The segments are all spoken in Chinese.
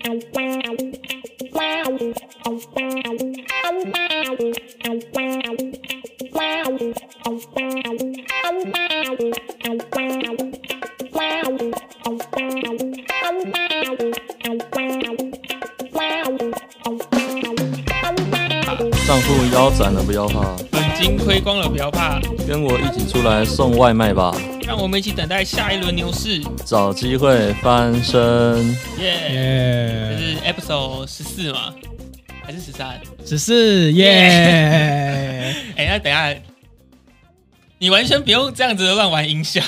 账户腰斩了不要怕， 本金亏光了不要怕， 跟我一起出来送外卖吧， 让我们一起等待下一轮牛市， 找机会翻身。 耶！这是 episode 14嘛？还是 13？14耶！ 哎，那等一下，你完全不用这样子的乱玩音效。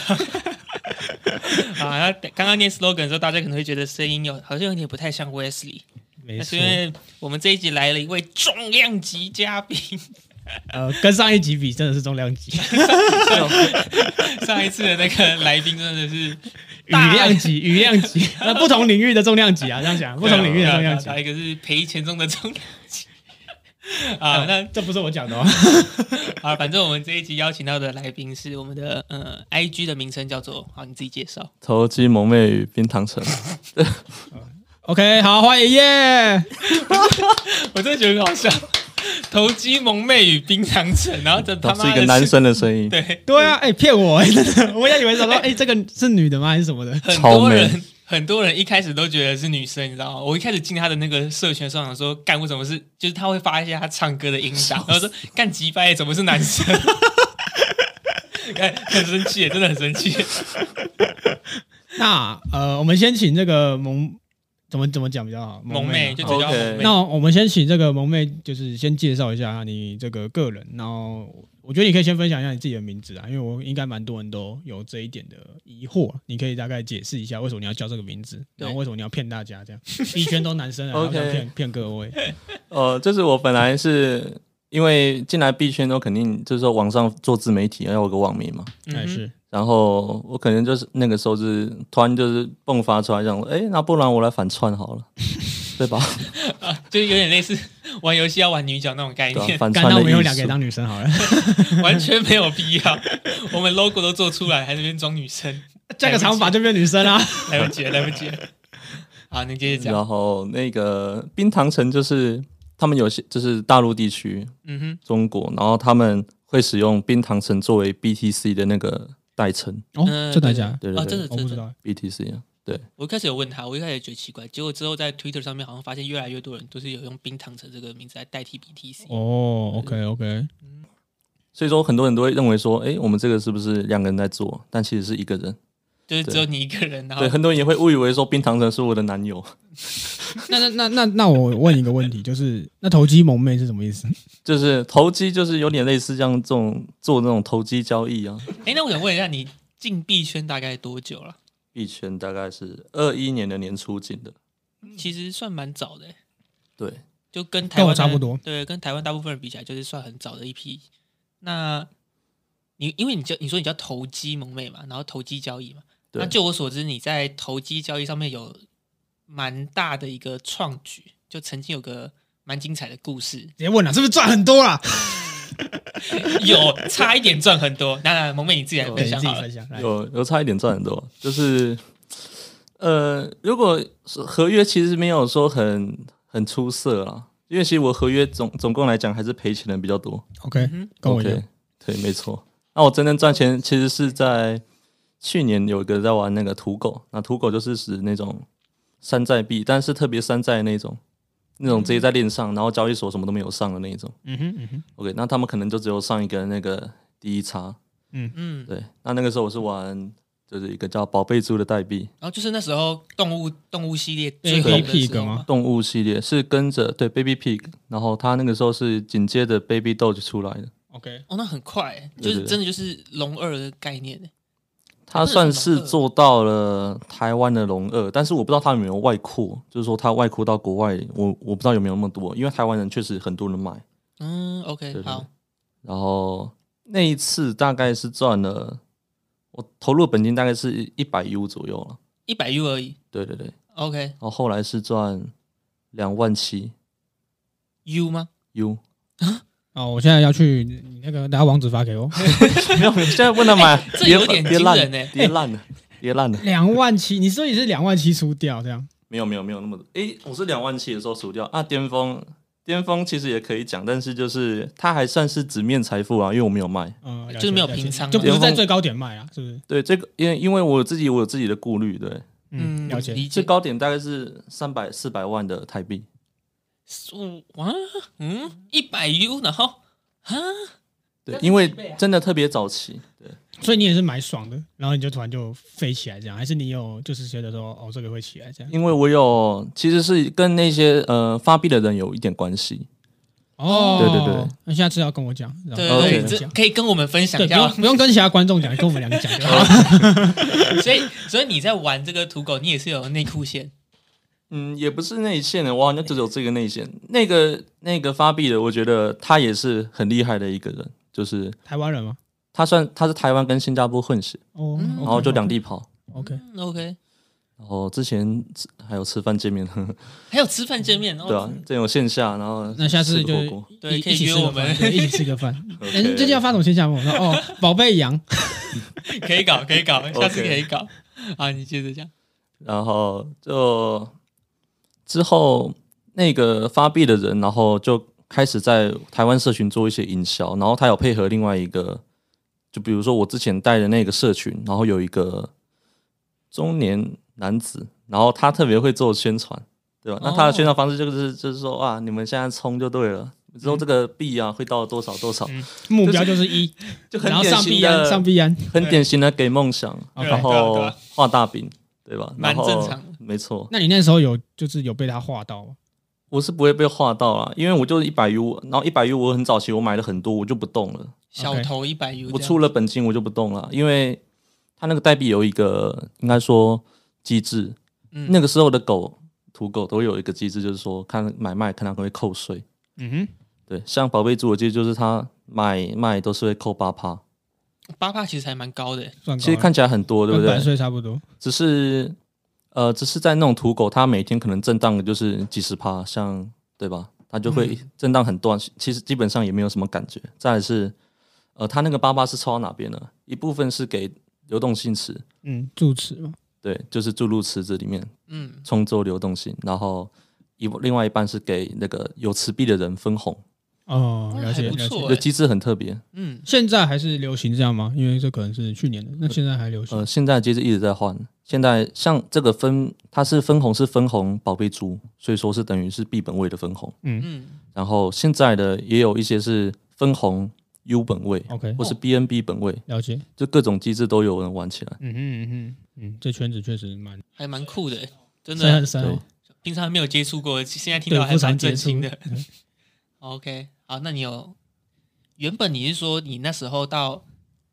啊，那刚刚念 slogan 的时候，大家可能会觉得声音好像有点不太像 Wesley。 没错， 那是因为我们这一集来了一位重量级嘉宾， 跟上一集比真的是重量级， 上一次的那个来宾真的是雨量级，不同领域的重量级啊，这样讲，不同领域的重量级， 一个是赔钱中的重量级啊，那这不是我讲的哦。 好，反正我们这一集邀请到的来宾是我们的IG 的名称叫做，好，你自己介绍。 投机萌妹与冰糖城。 OK， 好，欢迎耶！ 我真的觉得很好笑，投机萌妹与冰糖城，然后这他妈是一个男生的声音。 对啊，骗我真的，我也以为说这个是女的吗还是什么的？ 很多人一开始都觉得是女生，你知道吗？我一开始进他的那个社群上想说，干为什么是，就是他会发一些他唱歌的音档，然后说干鸡掰怎么是男生？很生气，真的很生气。 那我们先请这个怎么讲比较好？ 萌妹就直接叫萌妹。 那我们先请这个萌妹，就是先介绍一下你这个个人，然后我觉得你可以先分享一下你自己的名字啊，因为我应该蛮多人都有这一点的疑惑，你可以大概解释一下为什么你要叫这个名字，然后为什么你要骗大家这样？币圈都男生啊，然后骗各位。 就是我本来是因为进来币圈都肯定就是说网上做自媒体要有个网名嘛， 是。 然后我可能就是那个时候就是突然就是迸发出来这样，那不然我来反串好了，对吧？ 就有点类似玩游戏要玩女角那种概念。 反串的艺术， 我们用2个当女生好了， 完全没有必要。我们 logo 都做出来，还在那边装女生， 加个长发就变女生啊， 来不及了。好，你接着讲。 然后那个冰糖城就是他们有些就是大陆地区，中国，然后他们会使用冰糖城作为 BTC 的那个代称。 这代价？ 对， 我不知道 BTC 啊。对， 我一开始有问他，我一开始也觉得奇怪，结果之后在 Twitter 上面好像发现越来越多人都是有用冰糖城这个名字来代替 BTC。 OK。 所以说很多人都会认为说，我们这个是不是2个人在做？但其实是1个人， 就是只有你一个人。然后对，很多人也会误以为说冰糖城是我的男友。 那我问一个问题，就是那投机萌妹是什么意思？ 就是投机，就是有点类似像这种做那种投机交易啊。 那我想问一下，你进币圈大概多久了？ 币圈大概是21年的年初进的， 其实算蛮早的。 对， 就跟台湾差不多。 对，跟台湾大部分人比起来，就是算很早的一批。那因为你说你叫投机萌妹嘛，然后投机交易嘛，那就我所知，你在投机交易上面有蛮大的一个创举，就曾经有个蛮精彩的故事。直接问了，是不是赚很多啦？ 有差一点赚很多。那萌妹你自己来分享好了。 有差一点赚很多，就是如果合约其实没有说很出色啦，因为其实我合约总共来讲还是赔钱的比较多。 OK， 跟我一样。 对，没错。那我真正赚钱其实是在去年有一个在玩那个土狗，那土狗就是指那种山寨币，但是特别山寨的那种直接在链上，然后交易所什么都没有上的那种。OK， 那他们可能就只有上一个那个第一叉。对。那个时候我是玩就是一个叫宝贝猪的代币， 然后就是那时候动物系列最后的时候吗？ 动物系列是跟着对 Baby Pig， 然后他那个时候是紧接着 Baby Doge 出来的。 OK， 那很快，就是真的就是龙2的概念。 他算是做到了台湾的龙2，但是我不知道他有没有外扩，就是说他外扩到国外，我不知道有没有那么多，因为台湾人确实很多人买。 OK， 好。 然后那一次大概是赚了，我投入本金大概是100U 左右了 ，100U 而已。 对。 OK， 然后后来是赚27000U 吗 ？U。 我现在要去你那个拿网址发给我。 没有，现在不能买， 这有点惊人跌烂了。 27000，你说你是27000出掉这样？ 没有那么多。我是27000的时候除掉啊，巅峰其实也可以讲，但是就是它还算是纸面财富啊，因为我没有卖， 就是没有平仓， 就不是在最高点卖啊，是不是？ 对，这个因为我有自己的顾虑，对， 了解。 最高点大概是300-400万的台币。 哇，100U， 然后对，因为真的特别早期，对， 所以你也是买爽的，然后你就突然就飞起来这样，还是你有就是觉得说这个会起来这样？ 因为我其实是跟那些发币的人有一点关系。对， 那下次要跟我讲， 对，这可以跟我们分享一下， 不用跟其他观众讲，跟我们2个讲就好。 所以你在玩这个土狗，你也是有内裤线？ 也不是内线的，我好像只有这个内线。那个发币的，我觉得他也是很厉害的一个人，就是台湾人吗？ 他是台湾跟新加坡混血，然后就2地跑。 OK， 然后之前还有吃饭见面， 还有吃饭见面， 对啊，这有线下，然后那下次就对可以约我们一起吃个饭。最近要发什么线下吗？我说宝贝羊， 可以搞，下次可以搞。好，你接着讲。 然后就之后那个发币的人，然后就开始在台湾社群做一些营销，然后他有配合另外一个，就比如说我之前带的那个社群，然后有一个中年男子，然后他特别会做宣传，对吧？那他的宣传方式就是说你们现在冲就对了，之后这个币啊会到多少， 目标就是1， 就很典型的上币安， 很典型的给梦想，然后画大饼，对吧？ 蛮正常的， 没错。 那你那时候有被他画到吗？ 我是不会被画到啦，因为我就是100U，然后100U我很早期我买了很多，我就不动了。 小头100U， 我出了本金我就不动了，因为他那个代币有一个应该说机制，那个时候的土狗都有一个机制，就是说看买卖看它会扣税。对，像宝贝猪我记得就是他买卖都是会扣8%，8% 其实还蛮高的， 其实看起来很多，对不对？ 跟版税差不多， 只是在那种土狗，它每天可能震荡的就是几十%，像对吧？它就会震荡很短，其实基本上也没有什么感觉。再来是它那个8%是抽到哪边呢？一部分是给流动性池， 注池嘛， 对，就是注入池子里面，充作流动性，然后另外一半是给那个有持币的人分红。 了解， 这机制很特别。 现在还是流行这样吗？因为这可能是去年的，那现在还流行？ 现在机制一直在换。现在像这个它是分红宝贝猪，所以说是等于是币本位的分红。然后现在的也有一些是分红 U 本位，OK， 或是 BNB 本位， 了解， 就各种机制都有人玩起来。 这圈子确实还蛮酷的，真的很深。 平常没有接触过，现在听到还蛮震惊的。OK， 好，那原本你是说你那时候到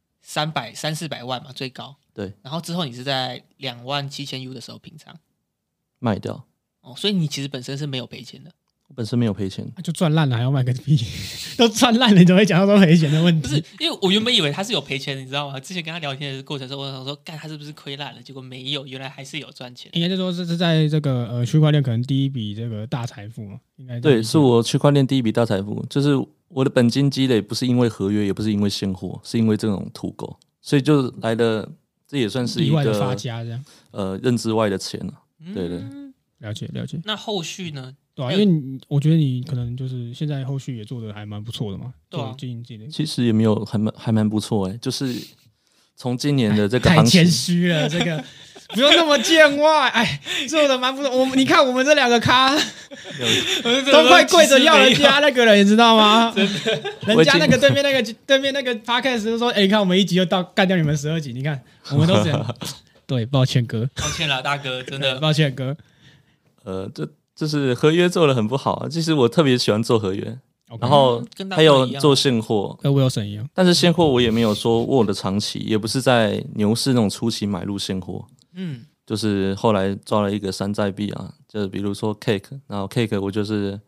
300-400万嘛，最高， 对， 然后之后你是在27000U 的时候平仓卖掉， 所以你其实本身是没有赔钱的。 我本身没有赔钱， 就赚烂了还要卖个屁，都赚烂了，你怎么会讲到说赔钱的问题？ 不是，因为我原本以为他是有赔钱的，你知道吗？之前跟他聊天的过程中，我想说，干他是不是亏烂了？结果没有，原来还是有赚钱。 应该就说是在这个区块链可能第一笔这个大财富嘛，应该对，是我区块链第一笔大财富，就是我的本金积累不是因为合约，也不是因为现货，是因为这种土狗，所以就来的，这也算是一个意外的发家这样， 认知外的钱了。对， 了解。 那后续呢？ 对啊，因为我觉得你可能就是现在后续也做的还蛮不错的嘛，对啊，经营自己的， 其实也没有还蛮不错就是从今年的这个太谦虚了，这个不用那么见外，做的蛮不错。你看我们这2个咖都快跪着要人家那个人，你知道吗？真的，人家那个对面那个 podcast 就说，你看我们1集就干掉你们12集，你看我们都这样。对，抱歉哥， 抱歉啦，大哥，真的抱歉哥。 就是合约做得很不好，其实我特别喜欢做合约，然后还有做现货， 跟 Wilson 一样。 但是现货我也没有说握的长期，也不是在牛市那种初期买入现货。就是后来抓了一个山寨币啊，就比如说 Cake， 然后 Cake 我就是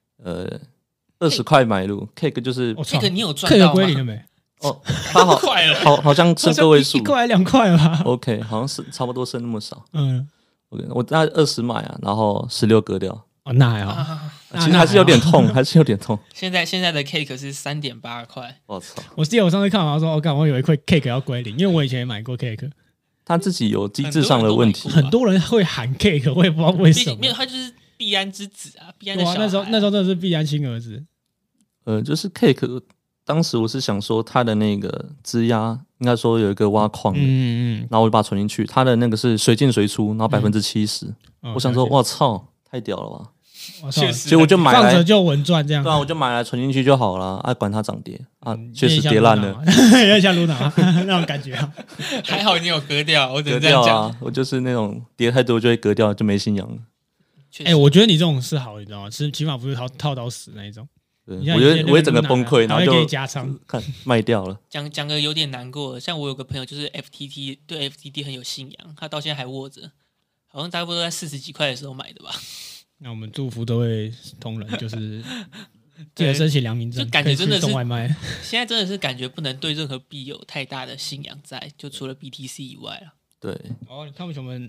20块买入 ，Cake 就是 Cake 你有赚到吗？ Cake 归零了没？ 它好像剩个位数 ，1块2块吧。 OK， 好像是差不多剩那么少。我大概20买啊，然后16割掉。 那还好， 其实还是有点痛，还是有点痛。 现在的 Cake 是3.8块。 我操！ 我记得我上次看完说，我以为 Cake 要归零，因为我以前也买过 Cake， 他自己有机制上的问题。 很多人会喊 Cake， 我也不知道为什么。 没有，他就是必安之子啊，必安的小孩、 那时候真的是必安亲儿子。 就是 Cake， 当时我是想说他的那个支压，应该说有一个挖矿的，然后我就把它存进去，他的那个是随进随出，然后70%，我想说，我操，太屌了吧！ 确实， 所以我就买来放着就稳赚这样。 对啊，我就买来存进去就好了，管它涨跌啊，确实跌烂了， 有点像 Luna 那种感觉啊。 还好你有割掉，我只能割这样讲。 掉啊，我就是那种跌太多就会割掉，就没信仰了。 我觉得你这种是好，你知道吗？起码不是套到死那一种。 对，我会整个崩溃，然后就加仓看卖掉了。 讲个有点难过，像我有个朋友就是 FTT 对 FTT 很有信仰，他到现在还握着，好像大概都在40几块的时候买的吧。 那我们祝福这位同仁，就是记得申请良民证， 就感觉真的是送外卖。 现在真的是感觉不能对任何币有太大的信仰在，就除了 BTC 以外了。 对， 你看不起我们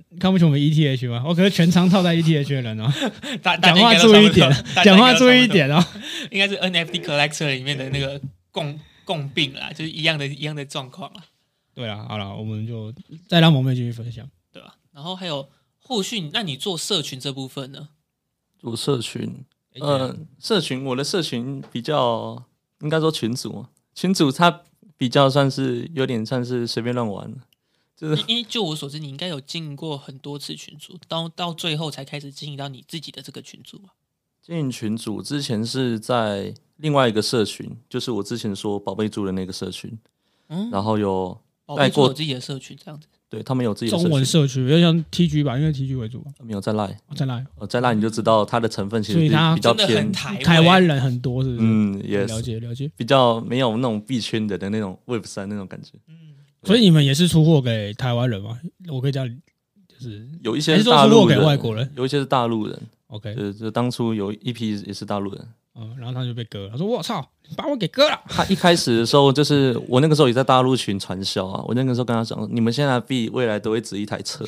ETH 吗？我可是全仓套在 ETH 的人哦。 讲话注意一点，讲话注意一点哦。 应该是 NFT Collector 里面的那个共病啦，就是一样的状况啦。 对啦，好了，我们就再让萌妹继续分享， 对吧？然后还有后续，那你做社群这部分呢？ 做社群，我的社群比较应该说群主他比较有点算是随便乱玩，就是因为就我所知，你应该有经营过很多次群组，到最后才开始经营到你自己的这个群组吧？ 经营群组之前是在另外一个社群，就是我之前说宝贝猪的那个社群，然后有宝贝猪有自己的社群这样子。 对他们有自己的中文社区，有点像 TG 吧，因为 TG 为主吧。 没有在 Line， 在 Line 你就知道它的成分其实比较偏台湾人很多，是不是？ yes， 了解， 比较没有那种币圈的那种 Web3 那种感觉。 所以你们也是出货给台湾人吗？我可以这样，就是有一些是大陆人， 给外国人， 有一些是大陆人。 OK， 就当初有一批也是大陆人。 然后他就被割了。他说：“我操，你把我给割了！” 他一开始的时候，就是我那个时候也在大陆群传销啊。我那个时候跟他讲，你们现在的币未来都会值一台车。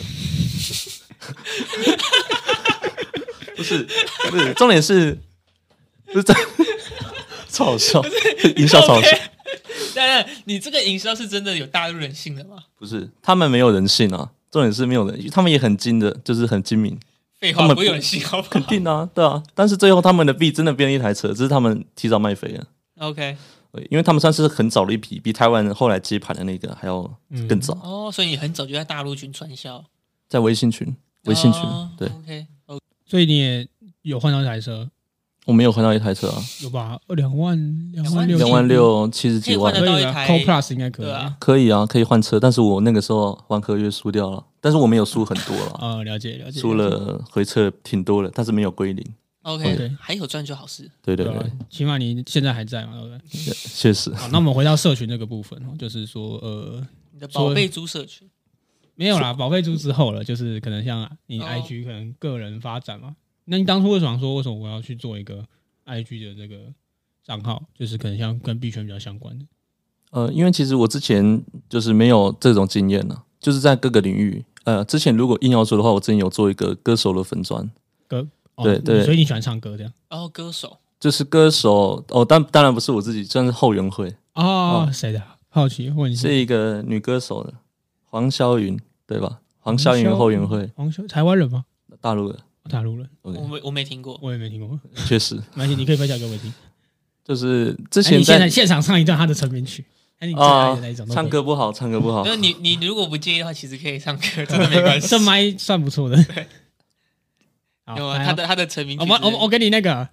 不是，重点是，不是这，超好笑，营销超好笑。 但你这个营销是真的有大陆人信的吗？ 不是，他们没有人信啊。重点是没有人，他们也很精的，就是很精明。 废话，不会有人信好不好？ 肯定啊，对啊。但是最后他们的币真的变成一台车，只是他们提早卖飞了。 OK， 因为他们算是很早的一批，比台湾后来接盘的那个还要更早。 所以你很早就在大陆群传销， 在微信群，对。 OK， 所以你也有换到一台车？ 我没有换到一台车啊， 有吧？2万 6 70几万， 可以的。 Co Plus 应该可以， 可以啊，可以换车。但是我那个时候玩合约输掉了，但是我没有输很多了。 了解， 输了回撤挺多的，但是没有归零。 OK， 还有赚就好事。 对， 起码你现在还在嘛，对不对？ 确实。 好，那我们回到社群这个部分，就是说， 你的宝贝猪社群没有啦，宝贝猪之后了，就是可能像你 IG 可能个人发展嘛。那你当初为什么我要去做一个 IG 的这个账号，就是可能像跟币圈比较相关的？ 因为其实我之前就是没有这种经验呢，就是在各个领域。之前如果硬要说的话，我之前有做一个歌手的粉专。对， 所以你喜欢唱歌这样？ 歌手就是歌手当然不是我自己，算是后援会。 谁的？好奇问一下。 是一个女歌手的黄霄云，对吧？黄霄云后援会。 台湾人吗？ 大陆人。 大陆人， 我没听过， 我也没听过， 确实。 没关系，你可以分享给我听。 就是之前在现场唱一段他的成名曲， 唱歌不好。 那你如果不介意的话，其实可以唱歌，真的没关系。 这麦算不错的。 有他的成名曲， 我给你那个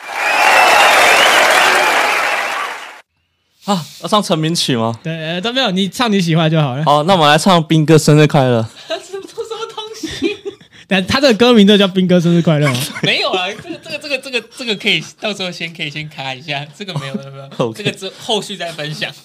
要唱成名曲吗？ 对，都没有，你唱你喜欢就好了。 好，那我们来唱斌哥生日快乐。 但他这个歌名就叫斌哥生日快乐吗？ 没有啊，这个可以到时候先卡一下，这个没有，这个后续再分享。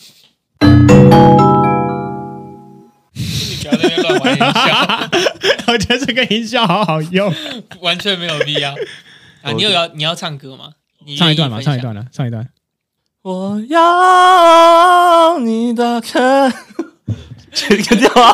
你不要在那边乱玩音效， 我觉得这个音效好用， 完全没有必要啊！你要唱歌吗？ 唱一段嘛，唱一段。 我要你的歌，这个调啊，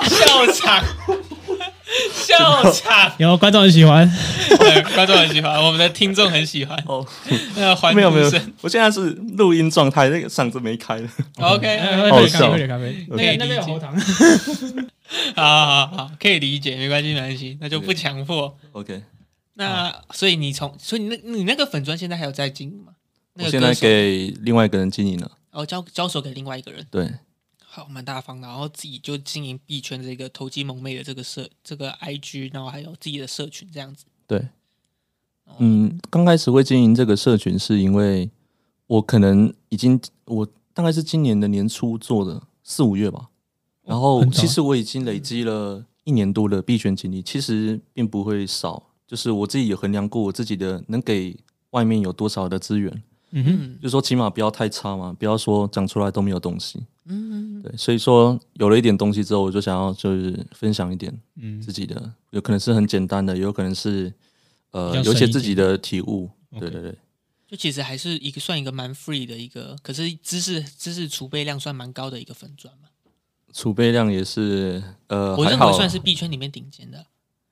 笑场， 有观众很喜欢， 对，观众很喜欢，我们的听众很喜欢。 没有，我现在是录音状态，那个嗓子没开。 OK， 好笑。 喝点咖啡，那边有喉糖。 好，可以理解，没关系，那就不强迫。 OK， 那所以你那个粉专现在还有在经营吗？ 我现在给另外一个人经营了。 交手给另外一个人。 对， 好，蛮大方的。然后自己就经营币圈这个投机萌妹的这个 IG， 然后还有自己的社群这样子。 对，刚开始会经营这个社群，是因为我可能我大概是今年的年初做的4-5月吧。然后其实我已经累积了1年多的币圈经历，其实并不会少。就是我自己有衡量过我自己的能给外面有多少的资源。就说起码不要太差嘛，不要说讲出来都没有东西。对，所以说有了一点东西之后，我就想要就是分享一点自己的，有可能是很简单的，有可能是有一些自己的体悟。对， 就其实还是算一个蛮 free 的一个，可是知识储备量算蛮高的一个粉专嘛。 储备量也是我认为算是币圈里面顶尖的。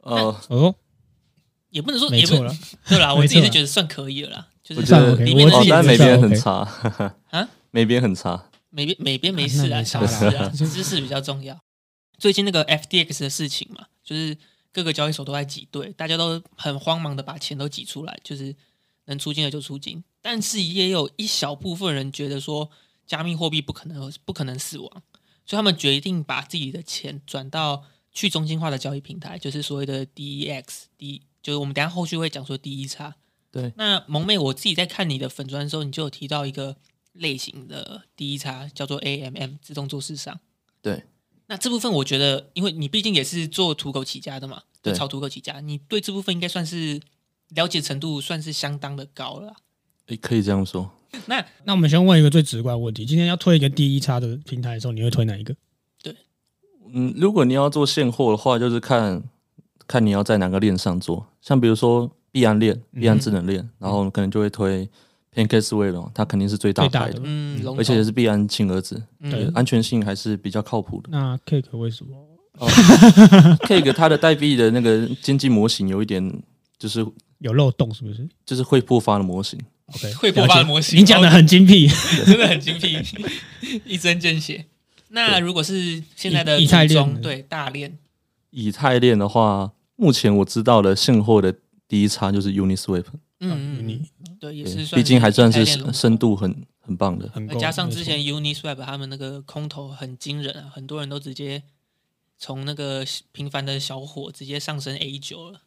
也不能说没错了， 对啦，我自己是觉得算可以了啦。就是里面但美编很差啊，美编很差， 美编没事啊，小事啊，知识比较重要。最近那个 FTX 的事情嘛，就是各个交易所都在挤兑，大家都很慌忙的把钱都挤出来，就是能出金的就出金。但是也有一小部分人觉得说，加密货币不可能死亡，所以他们决定把自己的钱转到去中心化的交易平台，就是所谓的 DEX， 就是我们等一下后续会讲说第一叉。 对， 那萌妹，我自己在看你的粉专的时候，你就有提到一个类型的第一叉，叫做 AMM 自动做市商。 对， 那这部分我觉得，因为你毕竟也是做土狗起家的嘛，就炒土狗起家，你对这部分应该算是了解程度算是相当的高了啦。 可以这样说。 那我们先问一个最直观的问题：今天要推一个第一叉的平台的时候，你会推哪一个？ 对， 如果你要做现货的话，就是看你要在哪个链上做，像比如说币安链、币安智能链，然后可能就会推 PancakeSwap， 它肯定是最大牌的，而且也是币安亲儿子，对，安全性还是比较靠谱的。 那 Cake 为什么 ？Cake 它的代币的那个经济模型有一点就是有漏洞，是不是？ 就是会破发的模型。 OK， 会破发的模型， 你讲的很精辟， 真的很精辟，一针见血。那如果是现在的以太链， 对大链， 以太链的话，目前我知道的现货的第一叉就是 Uniswap。 对，也是算， 毕竟还算是深度很棒的， 加上之前 Uniswap 他们那个空投很惊人啊，很多人都直接从那个平凡的小伙直接上升 A9 了。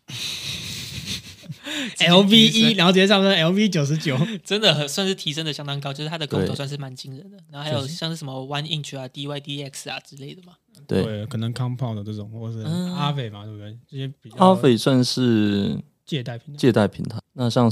LV1， 然后直接上升 LV99， 真的算是提升的相当高，就是它的空投算是蛮惊人的。然后还有像是什么 One Inch 啊、DYDX 啊之类的嘛。 对， 可能 Compound 这种，或是阿斐嘛，对不对？这些比较阿斐算是借贷平台。 那像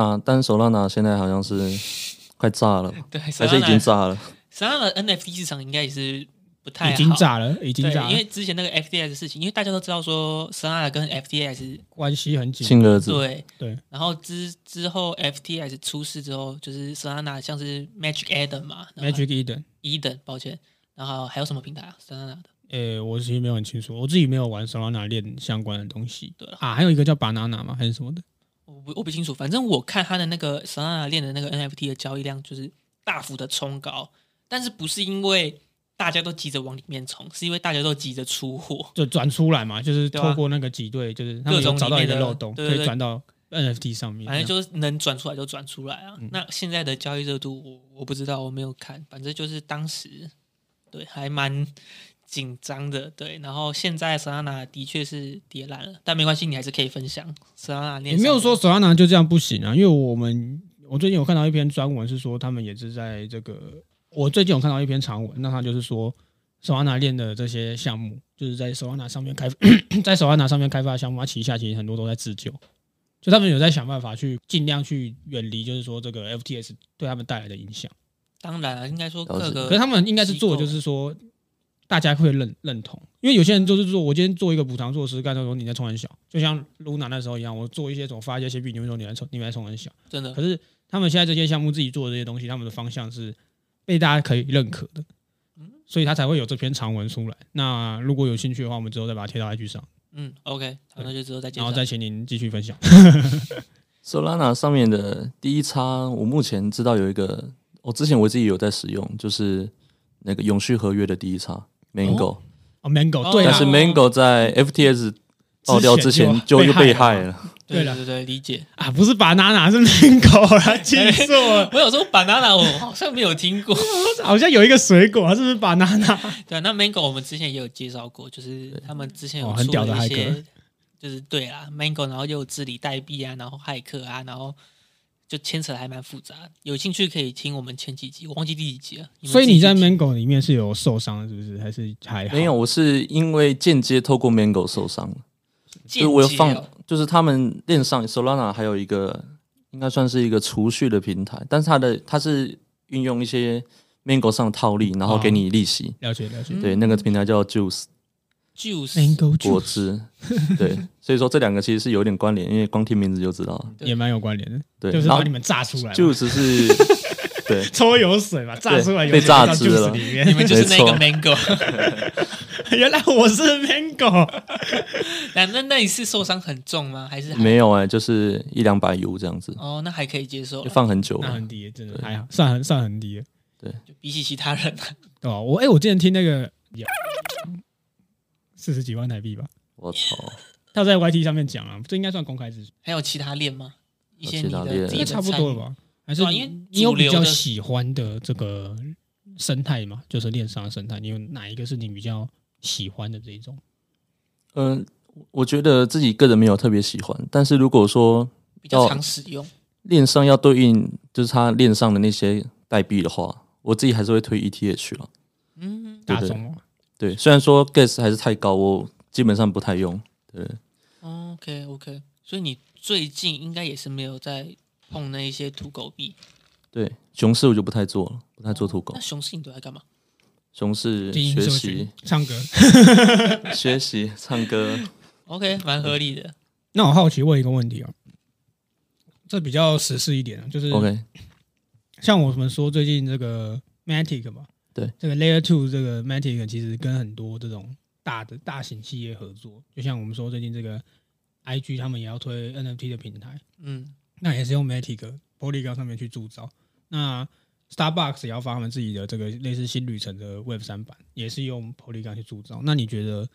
Solana 现在好像是快炸了， 对， 还是已经炸了。 Solana 的 NFT 市场应该也是不太好， 已经炸了。 因为之前那个 FTX 的事情，因为大家都知道说 Solana 跟 FTX 关系很紧， 亲儿子。 对。然后之后 FTX 出事之后，就是 Solana 像是 Magic Eden 嘛 ，Magic Eden， 抱歉。然后还有什么平台啊 ？Solana 的？ 我其实没有很清楚，我自己没有玩 Solana 链相关的东西。对啊，还有一个叫 Banana 吗？还是什么的？ 我不清楚。反正我看他的那个 Solana 链的那个 NFT 的交易量就是大幅的冲高，但是不是因为大家都急着往里面冲，是因为大家都急着出货， 就转出来嘛，就是透过那个挤兑，就是他们有找到一个漏洞，可以转到 NFT 上面。 反正就是能转出来就转出来啊。那现在的交易热度我不知道，我没有看，反正就是当时对还蛮紧张的，对。然后现在 Solana 的确是跌烂了，但没关系，你还是可以分享 Solana 链。 也没有说 Solana 就这样不行啊，因为我最近有看到一篇专文是说，他们也是在这个。我最近有看到一篇长文，那他就是说 ，Solana 链的这些项目，就是在 Solana 上面在 Solana 上面开发的项目，它旗下其实很多都在自救，就他们有在想办法去尽量去远离，就是说这个 FTX 对他们带来的影响。 当然了，应该说各个， 可是他们应该是做，就是说大家会认同，因为有些人就是说我今天做一个补偿做实干的时候，你在冲很小，就像 Luna 那时候一样，我做一些怎么发一些币，你会说你来冲很小， 真的。 可是他们现在这些项目自己做的这些东西，他们的方向是被大家可以认可的，所以他才会有这篇长文出来。那如果有兴趣的话，我们之后再把它贴到 IG 上。 OK， 好，那就之后再介绍， 然后再请您继续分享。 Solana 上面的第一叉，我目前知道有一个，之前我自己有在使用，就是那个永续合约的第一叉 Mango。 ，Mango 对啊， 但是 Mango 在 FTS 爆掉之前就又被害了。 对了，对，理解啊，不是 banana 是 Mango 啦，记错了。 我有说 banana 我好像没有听过， 好像有一个水果，它是不是 banana？ 对，那 Mango 我们之前也有介绍过，就是他们之前有很屌的一些，就是对啦 Mango， 然后又有治理代币啊，然后骇客啊，然后就牵扯还蛮复杂。有兴趣可以听我们前几集，我忘记第几集了。 所以你在 Mango 里面是有受伤的，是不是？还是还好？ 没有，我是因为间接透过 Mango 受伤了。就是我有放，就是他们链上 Solana 还有一个应该算是一个储蓄的平台，但是它是运用一些 Mango 上的套利，然后给你利息。 了解。 对，那个平台叫 Juice Mango 果汁。对，所以说这两个其实是有点关联，因为光听名字就知道了， 也蛮有关联的。 对， 就是把你们榨出来。 Juice 是对抽油水嘛，榨出来被榨汁了， 你们就是那个 Mango。 原来我是 Mango。 那你是受伤很重吗？还是没有就是100-200 U 这样子。 哦，那还可以接受， 放很久了， 那很低，真的还好，算很低了。 对， 就比起其他人， 对吧？我之前听那个40几万台币吧， 我操！ 他在 YT 上面讲啊，这应该算公开资讯。 还有其他链吗？一些你的应该差不多了吧？还是因为你有比较喜欢的这个生态吗？就是链上的生态，你有哪一个是你比较喜欢的这一种？ 我觉得自己个人没有特别喜欢，但是如果说比较常使用， 链上要对应就是它链上的那些代币的话，我自己还是会推 ETH 了。 大众吗？ 对，虽然说 Gas 还是太高，我基本上不太用。对 ，OK， 所以你最近应该也是没有在碰那一些土狗币。 对，熊市我就不太做了，不太做土狗。 那熊市你都在干嘛？ 熊市学习、 唱歌、 学习、唱歌。 OK， 蛮合理的。 那我好奇问一个问题啊，这比较时事一点啊，就是 OK， 像我们说最近这个 Matic 嘛， 对， 这个 Layer 2这个 Matic 其实跟很多这种大型企业合作，就像我们说最近这个 IG 他们也要推 NFT 的平台，那也是用 Matic Polygon 上面去铸造。那 Starbucks 也要发他们自己的这个类似新旅程的 Web3 版，也是用 Polygon 去铸造。那你觉得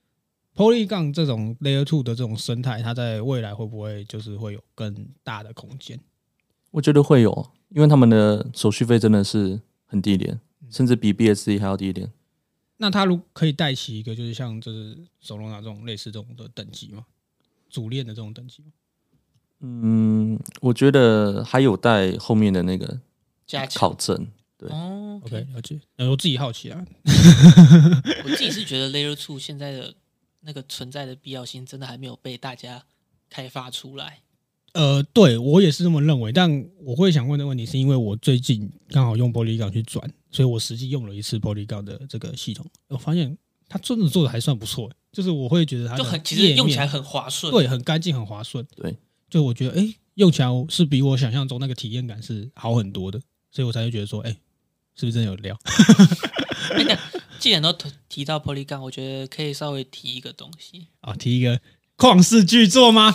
Polygon 这种 Layer 2的这种生态，它在未来会不会就是会有更大的空间？ 我觉得会有，因为他们的手续费真的是很低廉，甚至比 BSC 还要低廉。 那它如可以带起一个就是像就是 Solana 这种类似这种的等级吗？主链的这种等级吗？ 我觉得还有待后面的那个考证。对 ，OK， 了解。我自己好奇啊， 我自己是觉得 Layer 2现在的那个存在的必要性真的还没有被大家开发出来。 对我也是这么认为，但我会想问的问题是因为我最近刚好用 Polygon 去转，所以我实际用了一次 Polygon 的这个系统，我发现它真的做的还算不错，就是我会觉得它就其实用起来很滑顺， 对，很干净，很滑顺， 对， 就我觉得用起来是比我想象中那个体验感是好很多的，所以我才会觉得说，是不是真的有料？ 既然都提到 Polygon， 我觉得可以稍微提一个东西啊，提一个旷世巨作吗？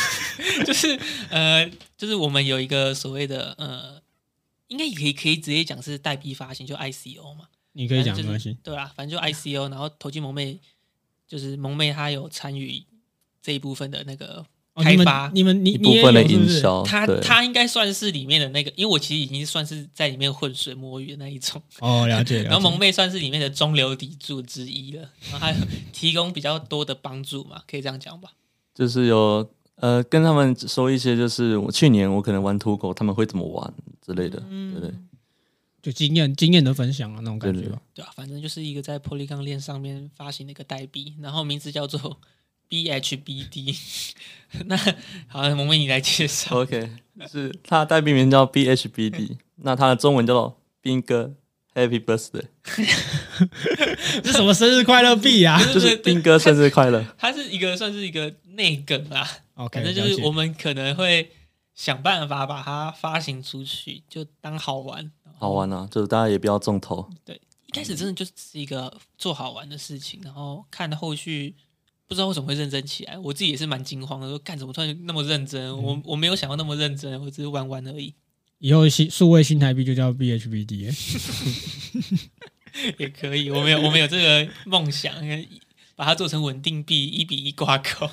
就是我们有一个所谓的应该也可以直接讲是代币发行，就 ICO 嘛。 你可以讲没关系， 对啦，反正就 ICO， 然后投机萌妹就是萌妹，她有参与这一部分的那个开发， 你一部分的营销， 他应该算是里面的那个，因为我其实已经算是在里面浑水摸鱼的那一种。 哦，了解。 然后萌妹算是里面的中流砥柱之一了，然后还有提供比较多的帮助嘛，可以这样讲吧？ 就是有跟他们说一些，就是去年我可能玩土狗，他们会怎么玩之类的，对对， 就经验的分享啊，那种感觉吧。 对啊，反正就是一个在 Polygon 链上面发行的一个代币，然后名字叫做BHBD。那好，萌妹你来介绍。 OK， 是它的代币名叫 BHBD， 那它的中文叫做斌哥 Happy Birthday。 这什么生日快乐币啊？ 就是斌哥生日快乐。 它是一个算是一个内梗啦， 反正就是我们可能会想办法把它发行出去，就当好玩。 好玩啊，就是大家也不要中头。 对，一开始真的就是一个做好玩的事情，然后看后续不知道为什么会认真起来。我自己也是蛮惊慌的，说干怎么突然那么认真？我没有想到那么认真，我只是玩玩而已。 以后数位新台币就叫 BHBD。 也可以，我们有这个梦想，把它做成稳定币1:1挂钩。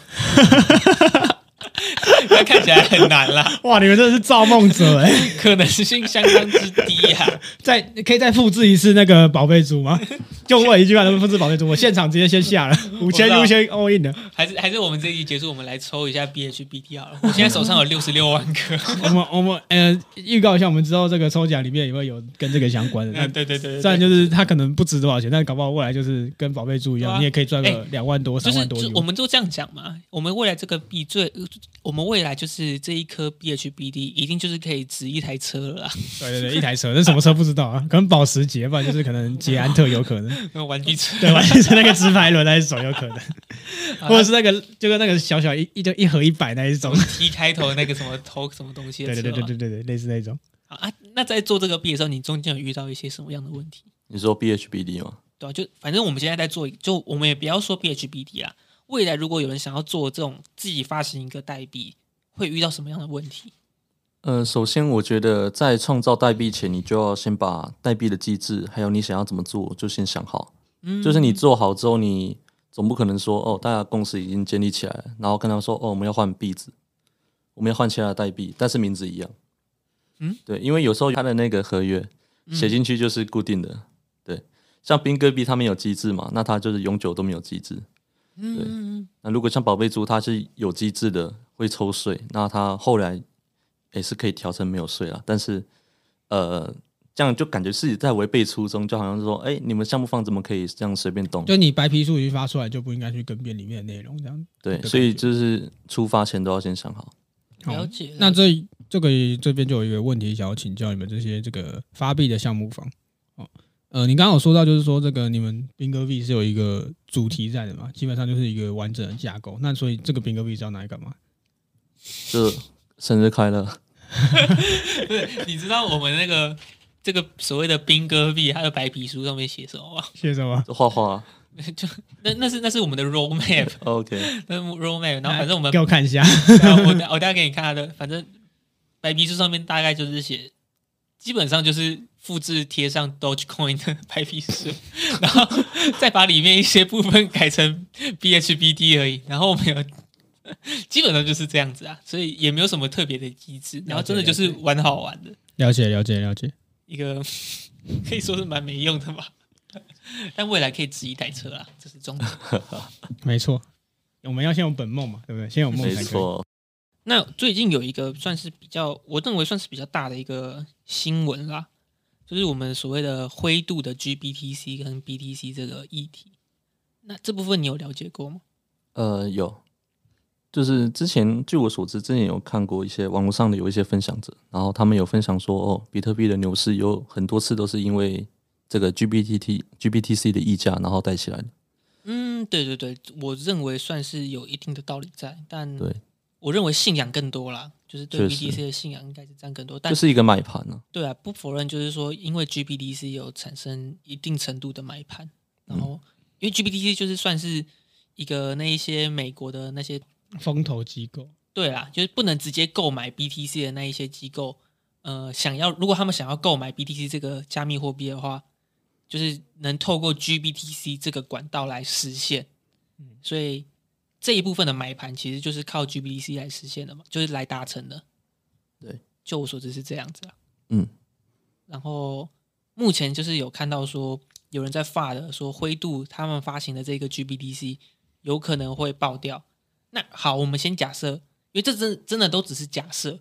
那看起来很难啦。 哇，你们真的是造梦者可能性相当之低啊。 可以再复制一次那个宝贝猪吗？就问一句话，能不能复制宝贝猪？我现场直接先下了5000 U 先 all in 的。 还是我们这一集结束，我们来抽一下 BHBT 好了。我现在手上有66万颗。 我们预告一下，我们之后这个抽奖里面有没有跟这个相关的？ 对。 虽然就是它可能不值多少钱，但搞不好未来就是跟宝贝猪一样，你也可以赚个2万多、3万多。 就是我们就这样讲嘛。我们未来这个币我们未来就是这一颗 BHBT 一定就是可以值一台车了啦。 对，一台车，那什么车不知道啊？可能保时捷，不然就是可能捷安特有可能。 玩具车， 对，玩具车那个直排轮那一种有可能，或者是那个就跟那个小小一盒100那一种 T 开头那个什么头什么东西的车。 对，类似那种。 好啊，那在做这个币的时候，你中间有遇到一些什么样的问题？ 你说 BHBD 吗？ 对啊，就反正我们现在在做，就我们也不要说 BHBT 啦。未来如果有人想要做这种自己发行一个代币，会遇到什么样的问题？ 首先我觉得在创造代币前，你就要先把代币的机制，还有你想要怎么做，就先想好。就是你做好之后，你总不可能说大家共识已经建立起来了，然后跟他们说我们要换币值，我们要换其他的代币，但是名字一样。对，因为有时候他的那个合约写进去就是固定的。对，像兵哥币他们有机制嘛，那他就是永久都没有机制。对，那如果像宝贝猪它是有机制的，会抽税，那它后来也是可以调成没有税啦。但是这样就感觉自己在违背初衷，就好像是说你们项目方怎么可以这样随便动？ 就你白皮书已经发出来，就不应该去更变里面的内容，这样。 对，所以就是出发前都要先想好。 了解。 那这边就有一个问题想要请教你们这些这个发币的项目方。你刚刚有说到，就是说这个你们兵哥币是有一个主题在的嘛，基本上就是一个完整的架构。那所以这个兵哥币是要拿来干嘛？ 就生日快乐。 对，你知道我们这个所谓的兵哥币，它的白皮书上面写什么吗？ 写什么？ 画画。 就那是我们的 roadmap。OK， 那是 roadmap， 然后反正我们给我看一下。 我等下给你看它的，反正白皮书上面大概就是写，基本上就是复制贴上 Dogecoin 的白皮书，然后再把里面一些部分改成 BHBT 而已。然后我们有基本上就是这样子啊，所以也没有什么特别的机制，然后真的就是玩好玩的。 了解， 一个可以说是蛮没用的吧。但未来可以值一台车啦，这是重点。 没错，我们要先有本梦嘛，对不对？先有梦才可以。 没错。 那最近有一个算是我认为算是比较大的一个新闻啦，就是我们所谓的灰度的 GBTC 跟 BTC 这个议题。那这部分你有了解过吗？ 有，就是据我所知，之前有看过一些网络上的有一些分享者，然后他们有分享说，比特币的牛市有很多次都是因为这个 GBTC 的溢价，然后带起来的。 对，我认为算是有一定的道理在，但对， 我认为信仰更多啦，就是对 BTC 的信仰应该是占更多，但就是一个买盘啊。 对啊，不否认就是说，因为 GBTC 有产生一定程度的买盘，然后因为 GBTC 就是算是一个那一些美国的那些风投机构， 对啦，就是不能直接购买 BTC 的那一些机构，如果他们想要购买 BTC 这个加密货币的话，就是能透过 GBTC 这个管道来实现。所以这一部分的买盘其实就是靠 GBTC 来实现的嘛，就是来达成的。 对， 就我所知是这样子啊。然后目前就是有看到说有人在发的说灰度他们发行的这个 GBTC 有可能会爆掉。那好，我们先假设，因为这真的都只是假设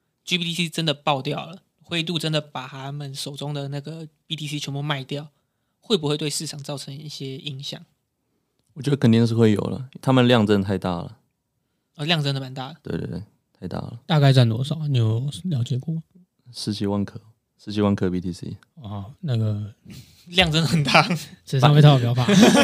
GBTC 真的爆掉了，灰度真的把他们手中的那个 BTC 全部卖掉，会不会对市场造成一些影响？ 我觉得肯定是会有了，他们量真的太大了。 量真的蛮大的。 对，太大了。 大概占多少？你有了解过吗 ？10几万颗BTC。 那个量真的很大， 纸上被套标法。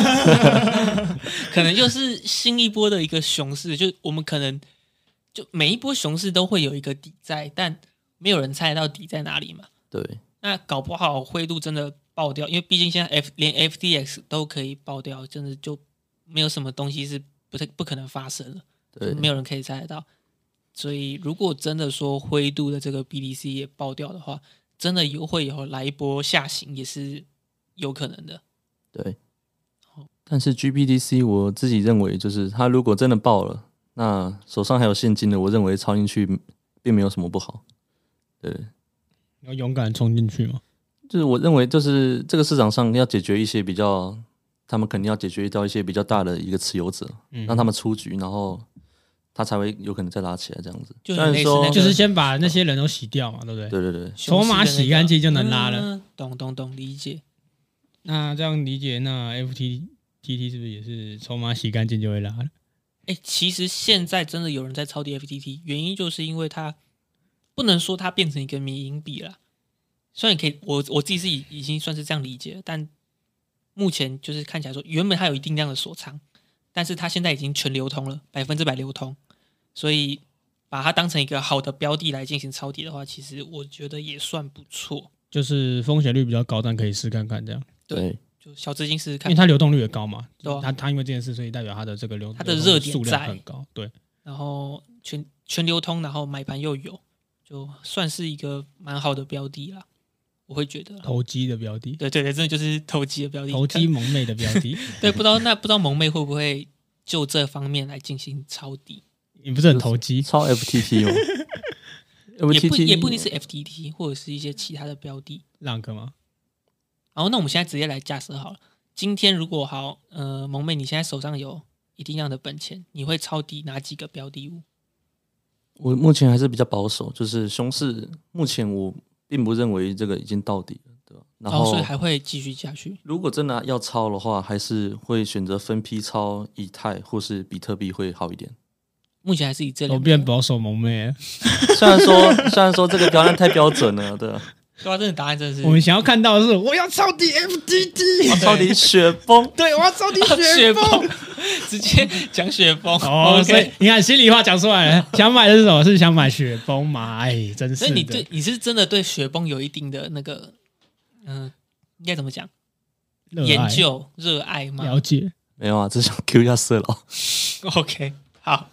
可能就是新一波的一个熊市，就我们可能就每一波熊市都会有一个底在，但没有人猜到底在哪里嘛。 对。 那搞不好灰度真的爆掉，因为毕竟现在连 FTX 都可以爆掉，真的就没有什么东西是不可能发生了，对，没有人可以猜得到。所以如果真的说灰度的这个 BTC 也爆掉的话，真的会有来一波下行，也是有可能的。 对，但是 GBTC 我自己认为，就是他如果真的爆了，那手上还有现金的，我认为抄进去并没有什么不好。对， 要勇敢冲进去吗？ 就是我认为，就是这个市场上要解决一些比较，他们肯定要解决到一些比较大的一个持有者，让他们出局，然后他才会有可能再拉起来这样子。 就虽然说就是先把那些人都洗掉嘛，对不对？ 对对对， 筹码洗干净就能拉了。 懂，理解。 那这样理解，那 FTT 是不是也是筹码洗干净就会拉了？ 其实现在真的有人在抄底 FTT， 原因就是因为它不能说它变成一个迷因币了。虽然可以，我自己是已经算是这样理解了，但目前就是看起来说，原本它有一定量的锁仓，但是它现在已经全流通了，100%流通，所以把它当成一个好的标的来进行抄底的话，其实我觉得也算不错。 就是风险率比较高，但可以试看看这样。 对， 就小资金试试看， 因为它流动率也高嘛， 对啊， 它因为这件事，所以代表它的这个它的热点数量很高，对。 然后全流通，然后买盘又有，就算是一个蛮好的标的啦。我会觉得投机的标的， 对，真的就是投机的标的， 投机蒙昧的标的。 对，不知道蒙昧会不会就这方面来进行抄底？ 你不是很投机？ 抄 FTT 吗也不一定是 FTT， 或者是一些其他的标的。 浪克吗？ 然后，那我们现在直接来假设好了。今天如果蒙昧，你现在手上有一定量的本钱，你会抄底哪几个标的物？ 我目前还是比较保守，就是熊市目前我并不认为这个已经到底了，对吧？然后所以还会继续下去。 如果真的要抄的话，还是会选择分批抄以太或是比特币会好一点。 目前还是以这两个。 我变保守蒙昧了。 虽然说这个标案太标准了，对吧？ 对啊，这个答案真的是我们想要看到的是，我要抄底 FTT， 我抄底雪崩， 对，我要抄底雪崩，直接讲雪崩。 哦，所以你看心里话讲出来了，想买的是什么？是想买雪崩嘛？哎，真是的。 所以你是真的对雪崩有一定的那个，应该怎么讲？研究热爱吗？ 了解。 没有啊，只想 Q 一下色老。 OK， 好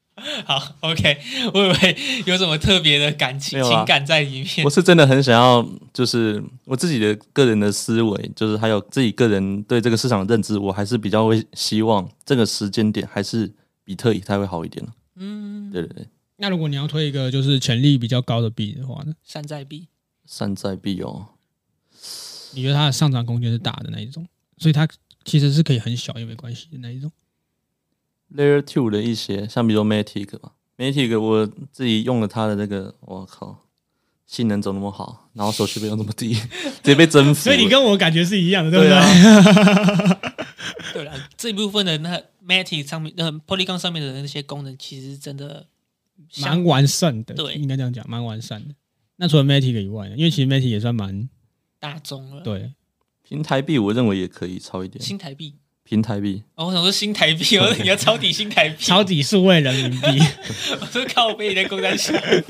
，OK， 我以为有什么特别的情感在里面。 我是真的很想要，就是我自己的个人的思维，就是还有自己个人对这个市场的认知，我还是比较会希望这个时间点还是比特以太会好一点。对。 那如果你要推一个就是潜力比较高的币的话呢？ 山寨币哦， 你觉得它的上涨空间是大的那一种，所以它其实是可以很小也没关系的那一种。 Layer 2的一些，像比如 Matic 吧 ，Matic 我自己用了它的那个，我靠，性能怎么那么好，然后手续费又那么低，直接被征服。 所以你跟我感觉是一样的，对不对？ 对了，这一部分的那 Matic 上面、Polygon 上面的那些功能，其实真的蛮完善的， 对， 应该这样讲，蛮完善的。那除了 Matic 以外呢？因为其实 Matic 也算蛮大众了。 对， 平台币我认为也可以抄一点。 新台币。 平台币我想说新台币，我说你要抄底新台币， 抄底数位人民币。 我说靠背在公山小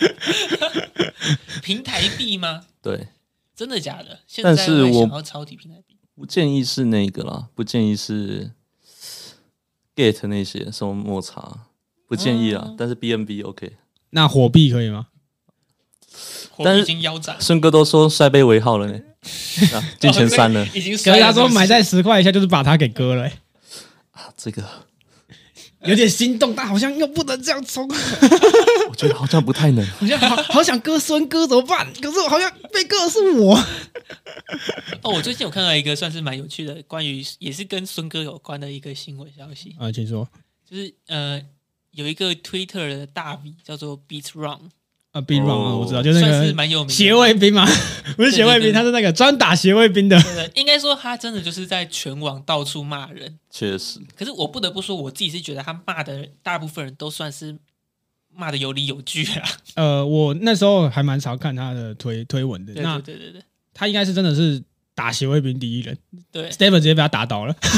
平台币吗？ 对， 真的假的？现但是我想要抄底平台币， 不建议是那个啦，不建议是 Get 那些什么抹茶，不建议啦。但是 BNB OK。 那火币可以吗？ 火币已经腰斩， 孙哥都说摔杯为号了呢。进前3了， 已经可是他说买在10块以下就是把它给割了。 这个有点心动，但好像又不能这样冲。 我觉得好像不太能， 好像好想割孙哥怎么办？可是好像被割的是我。 我最近有看到一个算是蛮有趣的，关于也是跟孙哥有关的一个新闻消息请说。 就是有一个 Twitter 的大 V 叫做 BeatRun。 Beat Run 我知道，就是那个蛮有名的协卫兵嘛，不是协卫兵，他是那个专打协卫兵的。 对，应该说他真的就是在全网到处骂人。 确实。 可是我不得不说，我自己是觉得他骂的大部分人都算是骂的有理有据啊。 我那时候还蛮常看他的推文的。 对， 他应该是真的是打协卫兵第一人。 对 ，Stephen 直接被他打倒了。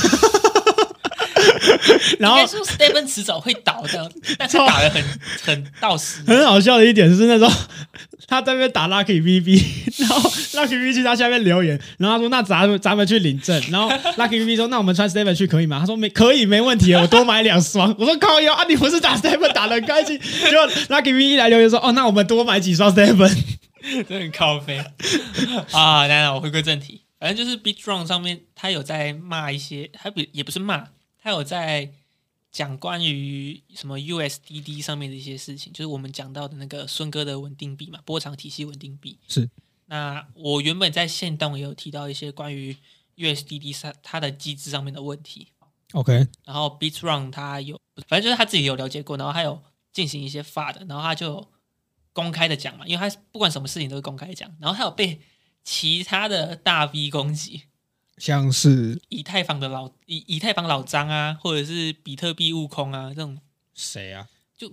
然后应该说 Stephen 迟早会倒的，但他打得很到死。 很好笑的一点是那时候他在那边打 Lucky VB， 然后 Lucky VB 去他下面留言，然后他说那咱们去领证，然后 Lucky VB 说那我们穿 Stephen 去可以吗？他说可以没问题，我多买2双。我说靠腰啊，你不是打 Stephen 打得很开心，结果 Lucky VB 来留言说那我们多买几双 Stephen， 真的很靠背啊。当然我回归正题。 反正就是 BitRun 上面他有在骂一些，也不是骂，他有在讲关于什么 USDD 上面的一些事情，就是我们讲到的那个孙哥的稳定币嘛，波长体系稳定币。 是。 那我原本在线动也有提到一些关于 USDD 它的机制上面的问题。 OK。 然后 BitRun 他有，反正就是他自己有了解过，然后他有进行一些发的，然后他就公开的讲嘛，因为他不管什么事情都是公开讲，然后他有被其他的大 V 攻击。 像是以太坊老张啊，或者是比特币悟空啊，这种谁啊？ 就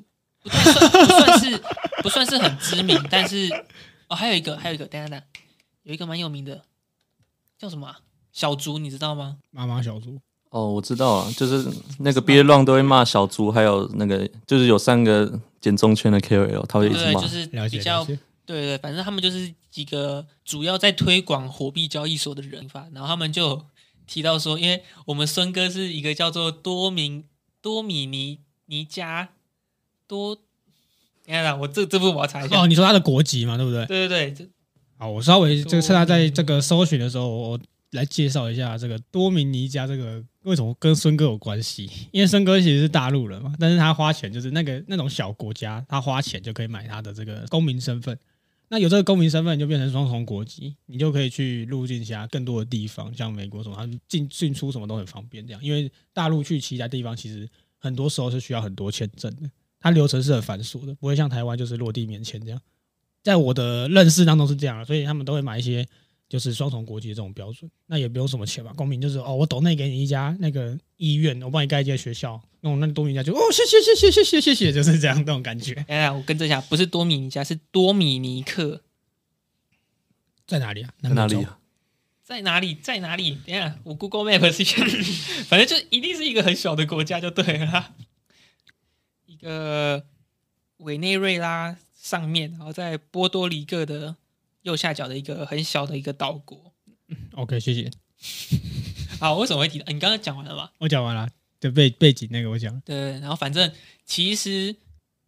不算是很知名，但是还有一个，等一下，有一个蛮有名的，叫什么小猪，你知道吗？ 妈妈小猪。 哦，我知道啊，就是那个 BitRun 都会骂小猪，还有那个就是有3个减中圈的 KOL， 他会一直骂， 就是比较对，反正他们就是几个主要在推广火币交易所的人法，然后他们就提到说，因为我们孙哥是一个叫做多米尼加多，等一下，我这部分我要查一下。 哦，你说他的国籍嘛，对不对？ 对。 好，我稍微趁他在这个搜寻的时候，我来介绍一下这个多米尼加这个为什么跟孙哥有关系？因为孙哥其实是大陆人嘛，但是他花钱就是那种小国家，他花钱就可以买他的这个公民身份。那有这个公民身份，就变成双重国籍，你就可以去入境其他更多的地方，像美国什么，它进出什么都很方便。这样，因为大陆去其他地方，其实很多时候是需要很多签证的，它流程是很繁琐的，不会像台湾就是落地免签这样。在我的认识当中是这样，所以他们都会买一些就是双重国籍的这种标准。那也不用什么钱嘛，公民就是我抖内给你一家那个医院，我帮你盖一间学校，那多米尼加就谢谢，就是这样那种感觉。 我更正一下，不是多米尼加，是多米尼克。 在哪里啊？ 在哪里啊？ 在哪里？等一下，我 Google Map 是一下，反正就一定是一个很小的国家就对了啦。一个委内瑞拉上面，然后在波多黎各的右下角的一个很小的一个岛国。 OK， 谢谢。 好，为什么会提到？你刚刚讲完了吗？ 我讲完了，就背景那个我讲。 对，然后反正其实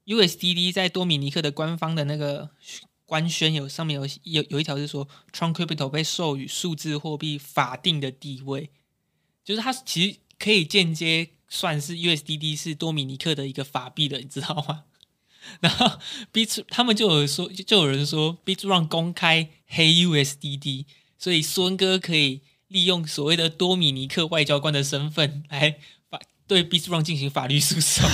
USDD 在多米尼克的官方的那个官宣上面有一条是说 Tron Crypto 被授予数字货币法定的地位，就是它其实可以间接算是 USDD 是多米尼克的一个法币的，你知道吗？然后他们就有人说 BitRun 公开黑 USDD， 所以孙哥可以利用所谓的多米尼克外交官的身份来对 BitRun 进行法律诉讼。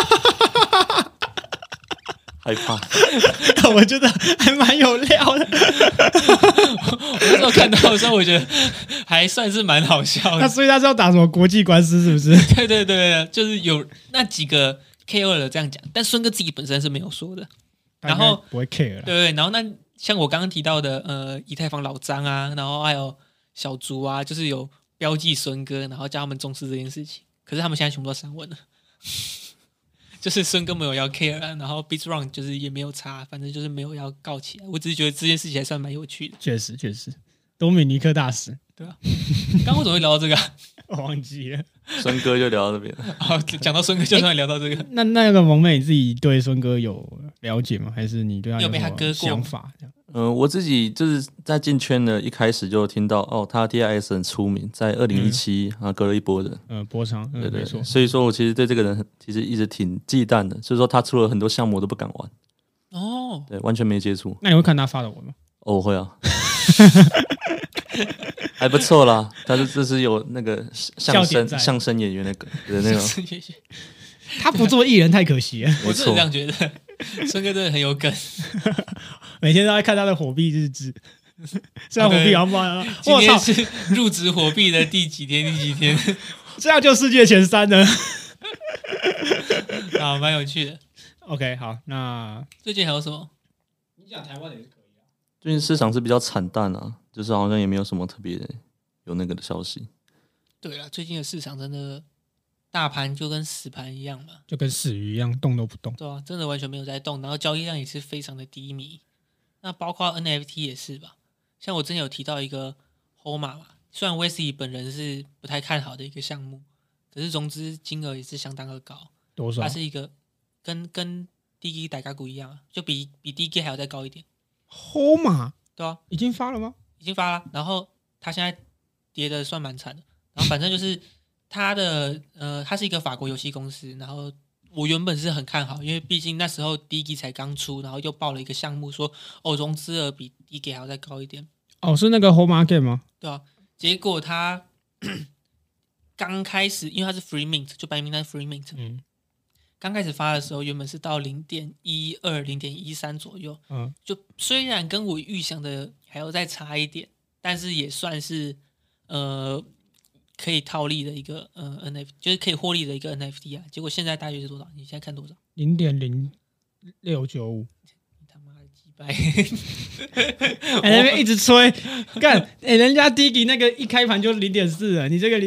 害怕， 我觉得还蛮有料的。 我那时候看到的时候，我觉得还算是蛮好笑的。 那所以他是要打什么国际官司，是不是？ 对，就是有那几个 KOL 这样讲，但孙哥自己本身是没有说的。然后不会 care 了。 对，然后那像我刚刚提到的，以太坊老张啊，然后还有小猪啊，就是有标记孙哥，然后叫他们重视这件事情。可是他们现在全部都删文了。就是孙哥没有要 care， 然后 BitRun 就是也没有查，反正就是没有要告起来。我只是觉得这件事情还算蛮有趣的。 确实，多米尼克大使。 对啊，刚刚为什么会聊到这个？ 我忘记了。 孙哥就聊到这边。 好，讲到孙哥就算聊到这个。 那个萌妹，你自己对孙哥有了解吗？还是你对他有被他割过想法？ 我自己就是在进圈的一开始就听到他 TIS 很出名，在2017割了一波人， 波长， 对， 没错。 所以说我其实对这个人其实一直挺忌惮的，就是说他出了很多项目我都不敢玩，对，完全没接触。 那你会看他发的文吗？ 我会啊，还不错啦。他这是有那个相声演员的那种， 他不做艺人太可惜了。 我是这样觉得，孙哥真的很有梗。 每天都在看他的火币日志，这样火币好不好？ 今天是入职火币的第几天？ 这样就世界前3呢。 好，蛮有趣的。 OK， 好，那最近还有什么？ 你讲台湾的也是可以啊。 最近市场是比较惨淡啊，就是好像也没有什么特别有那个的消息。 对啦，最近的市场真的大盘就跟死盘一样嘛， 就跟死鱼一样，动都不动。 对啊，真的完全没有在动，然后交易量也是非常的低迷。那包括 NFT 也是吧，像我之前有提到一个 HOMA 嘛，虽然 Wesley 本人是不太看好的一个项目，可是融资金额也是相当的高。 多少？ 它是一个跟 DG 大家股一样，就比 DG 还要再高一点。 HOMA 对啊， 已经发了吗？ 已经发了。然后它现在跌的算蛮惨的。然后反正就是它是一个法国游戏公司，然后我原本是很看好，因为毕竟那时候 Digi 才刚出，然后又报了一个项目说融资额比 Digi 还要再高一点。 是那个 Home Market 吗？ 对啊，结果它刚开始，因为它是 Free Mint， 就白名单 Free Mint，刚开始发的时候，原本是到0.12、0.13左右，就虽然跟我预想的还要再差一点，但是也算是可以套利的一个NFT， 就是可以获利的一个 NFT 啊。结果现在大约是多少？你现在看多少 ？0.0695。 他妈的鸡掰！ 那边一直吹，干人家 Digi 那个一开盘就0.4了，你这个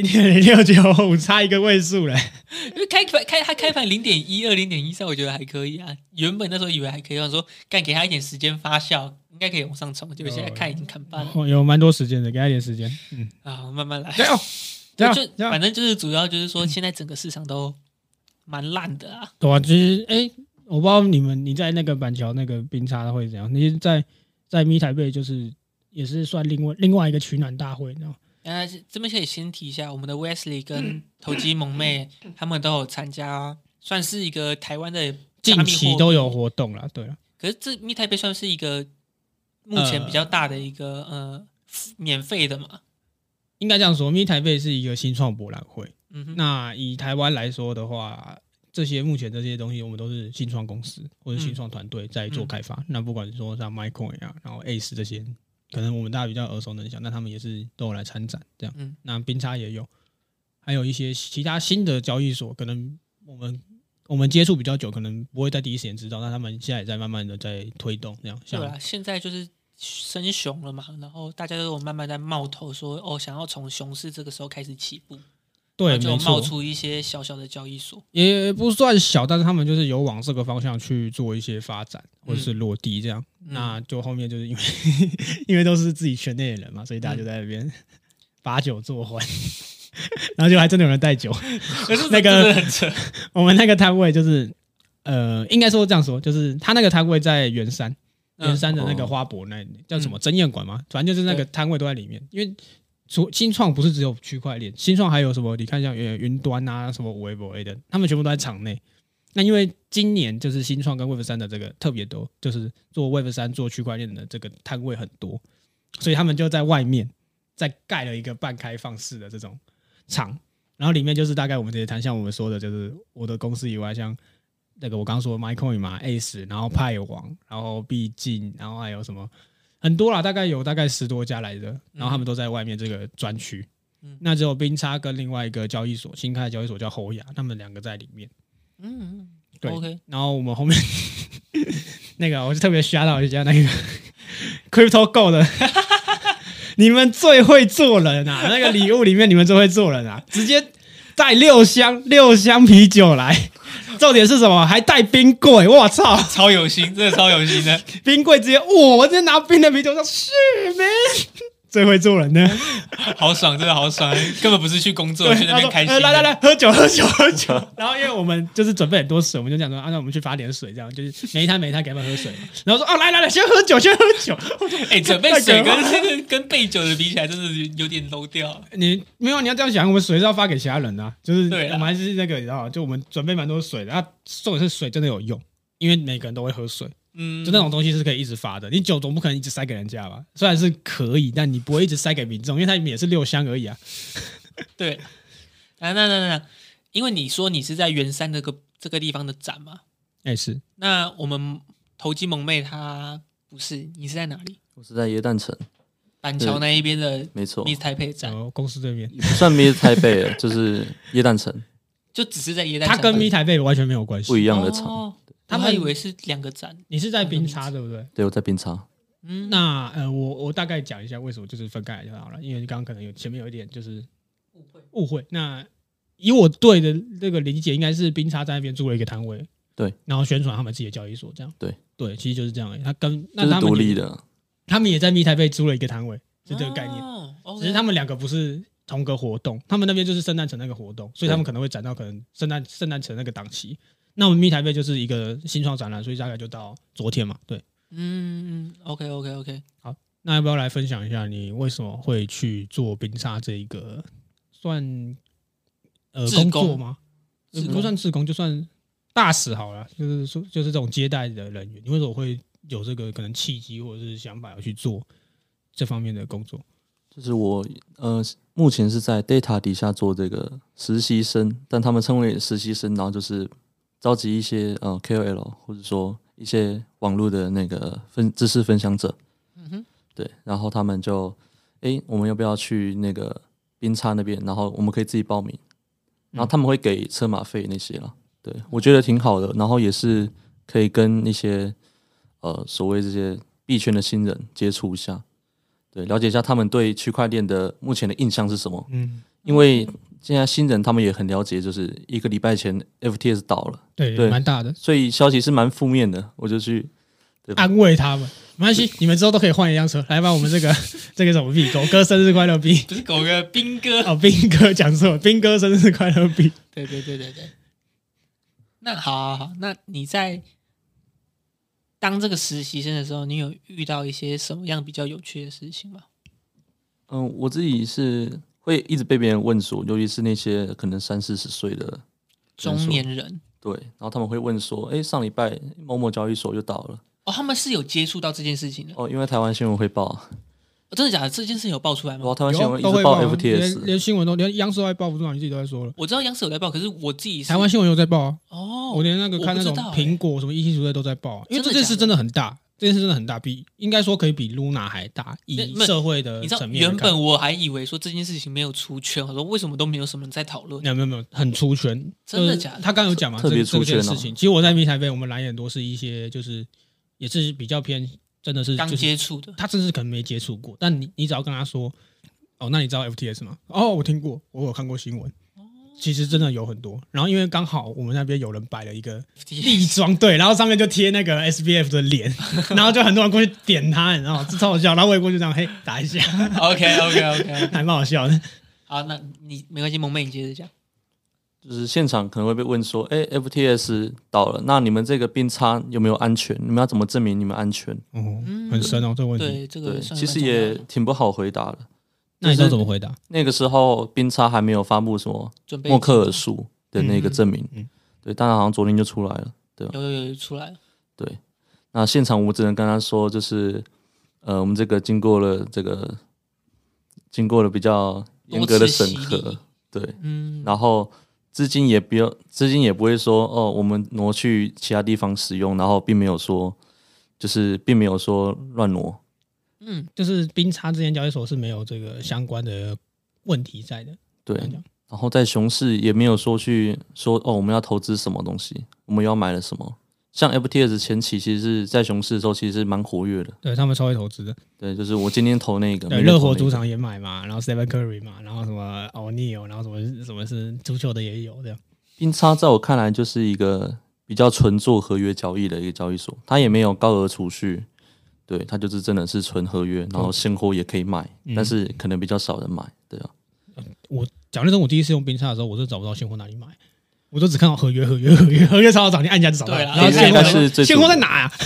0.0695差一个位数了。 因为他开盘0.12、0.13，我觉得还可以啊。原本那时候以为还可以，我说干给他一点时间发酵，应该可以往上冲。结果现在看已经砍半了。 有蛮多时间的，给他一点时间。 慢慢来。 就反正就是主要就是说，现在整个市场都蛮烂的啊。 对啊，其实我不知道你在那个板桥那个冰茶会怎样？你在咪台北就是也是算另外一个取暖大会，你知道吗？ 这边可以先提一下，我们的 Wesley 跟投机萌妹他们都有参加，算是一个台湾的近期都有活动啦，对了。 可是这咪台北算是一个目前比较大的一个免费的嘛。 应该这样说，咪台北是一个新创博览会。那以台湾来说的话，目前这些东西，我们都是新创公司或者新创团队在做开发。那不管说像 MyCoin 啊，然后 Ace 这些，可能我们大家比较耳熟能详，那他们也是都有来参展这样。那冰差也有，还有一些其他新的交易所，可能我们接触比较久，可能不会在第一时间知道，那他们现在也在慢慢的在推动这样。 对啦，现在就是升熊了嘛，然后大家都有慢慢在冒头说想要从熊市这个时候开始起步。 对， 就冒出一些小小的交易所， 也不算小，但是他们就是有往这个方向去做一些发展，或者是落地这样。那就后面就是因为都是自己圈内的人嘛，所以大家就在那边把酒作欢，然后就还真的有人带酒。那个我们那个摊位就是应该说这样说，就是他那个摊位在圆山的那个花博那里叫什么珍宴馆嘛，反正就是那个摊位都在里面，因为。新创不是只有区块链，新创还有什么？你看像云端啊，什么5A的，他们全部都在场内。那因为今年就是新创跟 Web3 的这个特别多，就是做 Web3 做区块链的这个摊位很多，所以他们就在外面再盖了一个半开放式的这种场，然后里面就是大概我们这些摊，像我们说的，就是我的公司以外，像那个我刚刚说的 MyCoin 嘛 ，Ace， 然后派网，然后毕竟，然后还有什么？很多啦，大概10多家来的，然后他们都在外面这个专区。那只有冰差跟另外一个交易所新开的交易所叫侯雅，他们两个在里面。对。 OK。 然后我们后面那个，我就特别吓到一下那个 CryptoGo 的，你们最会做人啊！那个礼物里面你们最会做人啊，直接带6箱啤酒来。重点是什么？还带冰柜，我操， 超有心，真的超有心的。 冰柜直接，我直接拿冰的啤酒说：“man， 最会做人的， 好爽，真的好爽，根本不是去工作，去那边开心。 来，喝酒。然后因为我们就是准备很多水，我们就讲说，那我们去发点水，这样就是每一摊给他们喝水。然后说，来，先喝酒。 准备水跟备酒的比起来，真的有点 low 掉。 你没有，你要这样想，我们水是要发给其他人的，就是我们还是那个，你知道吗？就我们准备蛮多水的，然后重点是水真的有用，因为每个人都会喝水。就那种东西是可以一直发的，你酒总不可能一直塞给人家吧？虽然是可以，但你不会一直塞给民众，因为它也是6箱而已啊。 对，那，因为你说你是在圆山这个地方的展嘛？ 是。 那我们投机萌妹她不是，你是在哪里？ 我是在耶诞城板桥那一边的， 没错 ，Miss 台北站， 公司这边不算 Miss 台北了，就是耶诞城， 就只是在耶诞城， 它跟 Miss 台北完全没有关系， 不一样的场。 他们以为是2个展， 你是在冰差对不对？ 对，我在冰差。 那我大概讲一下为什么就是分开来就好了，因为刚刚可能前面有一点就是误会。那以我对的这个理解，应该是冰差在那边租了一个摊位， 对， 然后宣传他们自己的交易所，这样。对，其实就是这样而已。他们独立的， 他们也在咪台北租了一个摊位，是这个概念。只是他们2个不是同个活动，他们那边就是圣诞城那个活动，所以他们可能会展到可能圣诞城那个档期。那我们咪台北就是一个新创展览，所以大概就到昨天嘛，对。 OK。 好， 那要不要来分享一下你为什么会去做冰差这一个算工作吗？不算志工，就算大使好了，就是这种接待的人员，你为什么会有这个可能契机或者是想法要去做这方面的工作？ 就是我目前是在 Data 底下做这个实习生，但他们称为实习生，然后就是召集一些KOL 或者说一些网络的那个知识分享者，对，然后他们就我们要不要去那个冰差那边，然后我们可以自己报名，然后他们会给车马费那些啦，对，我觉得挺好的，然后也是可以跟一些所谓这些币圈的新人接触一下，对，了解一下他们对区块链的目前的印象是什么，因为现在新人他们也很了解，就是一个礼拜前 FTS 倒了， 对，蛮大的， 所以消息是蛮负面的，我就去安慰他们，没关系，你们之后都可以换一辆车，来吧，我们这个什么币，狗哥生日快乐币， 不是狗哥，兵哥哦，兵哥讲错了，兵哥生日快乐币， 对。那好，那你在当这个实习生的时候，你有遇到一些什么样比较有趣的事情吗？ 我自己是会一直被别人问说，尤其是那些可能30-40岁的中年人， 对，然后他们会问说，上礼拜某某交易所就倒了。 哦，他们是有接触到这件事情的。 哦，因为台湾新闻会报。 真的假的？这件事情有爆出来吗？ 台湾新闻一直报 FTS， 连新闻都连央视都在报，不知道你自己都在说了。 我知道央视有在报，可是我自己台湾新闻有在报啊。 哦， 我连那个看那种苹果什么17族类都在报，因为这件事真的很大，这件事真的很大，应该说可以比 Luna 还大，以社会的层面。 原本我还以为说这件事情没有出圈，我说为什么都没有什么人在讨论？ 没有，很出圈， 真的假的？ 他刚刚有讲嘛， 特别出圈事情。其实我在密台北，我们来很多是一些就是也是比较偏。真的是刚接触的， 他真是可能没接触过，但你只要跟他说，哦，那你知道 FTS 吗？哦，我听过，我有看过新闻。其实真的有很多，然后因为刚好我们那边有人摆了一个立桩，对，然后上面就贴那个 SBF 的脸，然后就很多人过去点他，你知道吗？这超好笑，然后我也过去这样，嘿，打一下。 OK， 还蛮好笑的。 好，那你没关系，萌妹你接着讲。 就是现场可能会被问说，FTS 倒了，那你们这个冰差有没有安全？你们要怎么证明你们安全？ 很深哦，这个问题。 对，这个其实也挺不好回答的。 那你知道怎么回答？ 那个时候冰差还没有发布什么默克尔数的那个证明，对，当然好像昨天就出来了，对， 有出来了， 对。那现场我只能跟他说，就是我们这个经过了比较严格的审核，对，然后。资金也不会说我们挪去其他地方使用，然后并没有说乱挪。 就是冰差之间交易所是没有这个相关的问题在的。 对，然后在熊市也没有说我们要投资什么东西，我们要买了什么。像 FTS 前期其实是在熊市的时候其实是蛮活跃的， 对他们超会投资的。 对，就是我今天投那个， 对，热火主场也买嘛，然后 Stephen Curry 嘛，然后什么 O'Neal， 然后什么是足球的也有这样。 冰差在我看来就是一个比较纯做合约交易的一个交易所，它也没有高额储蓄，对，它就是真的是纯合约，然后现货也可以买，但是可能比较少人买，对啊。 我讲认真，我第一次用冰差的时候，我是找不到现货哪里买。我都只看到合约超好找，你按一下就找到了。然后现货在哪啊？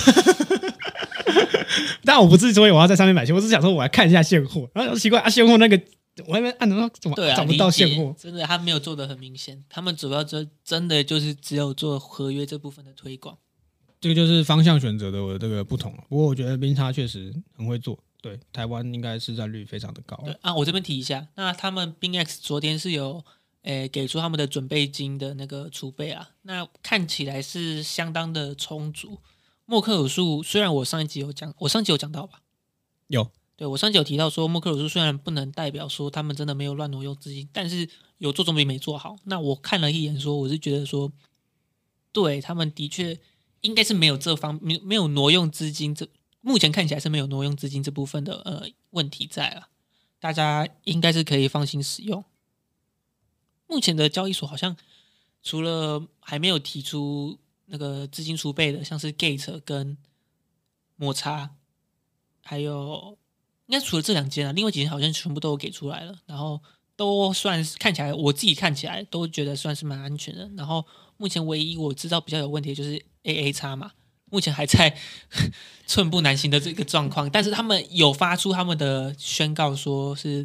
但我不是说我要在上面买现货，我只是想说我来看一下现货。然后奇怪啊，现货那个我那边按怎么找不到现货？ 真的，他没有做得很明显。他们主要真的就是只有做合约这部分的推广。 这个就是方向选择的我这个不同了。不过我觉得冰差确实很会做，对台湾应该市占率非常的高。 对啊，我这边提一下，那他们冰 X 昨天是有。给出他们的准备金的那个储备啊，那看起来是相当的充足。默克尔数虽然我上一集有讲到吧？ 有， 对我上一集有提到说默克尔数虽然不能代表说他们真的没有乱挪用资金，但是有做总比没做好。那我看了一眼说，我是觉得说，对他们的确应该是没有没有挪用资金，目前看起来是没有挪用资金这部分的问题在了，大家应该是可以放心使用。目前的交易所好像除了还没有提出那个资金储备的，像是 Gate 跟抹茶，还有应该除了这2间啊，另外几间好像全部都有给出来了，然后都算是看起来，我自己看起来都觉得算是蛮安全的。然后目前唯一我知道比较有问题的就是 AA 叉嘛， 目前还在寸步难行的这个状况，但是他们有发出他们的宣告，说是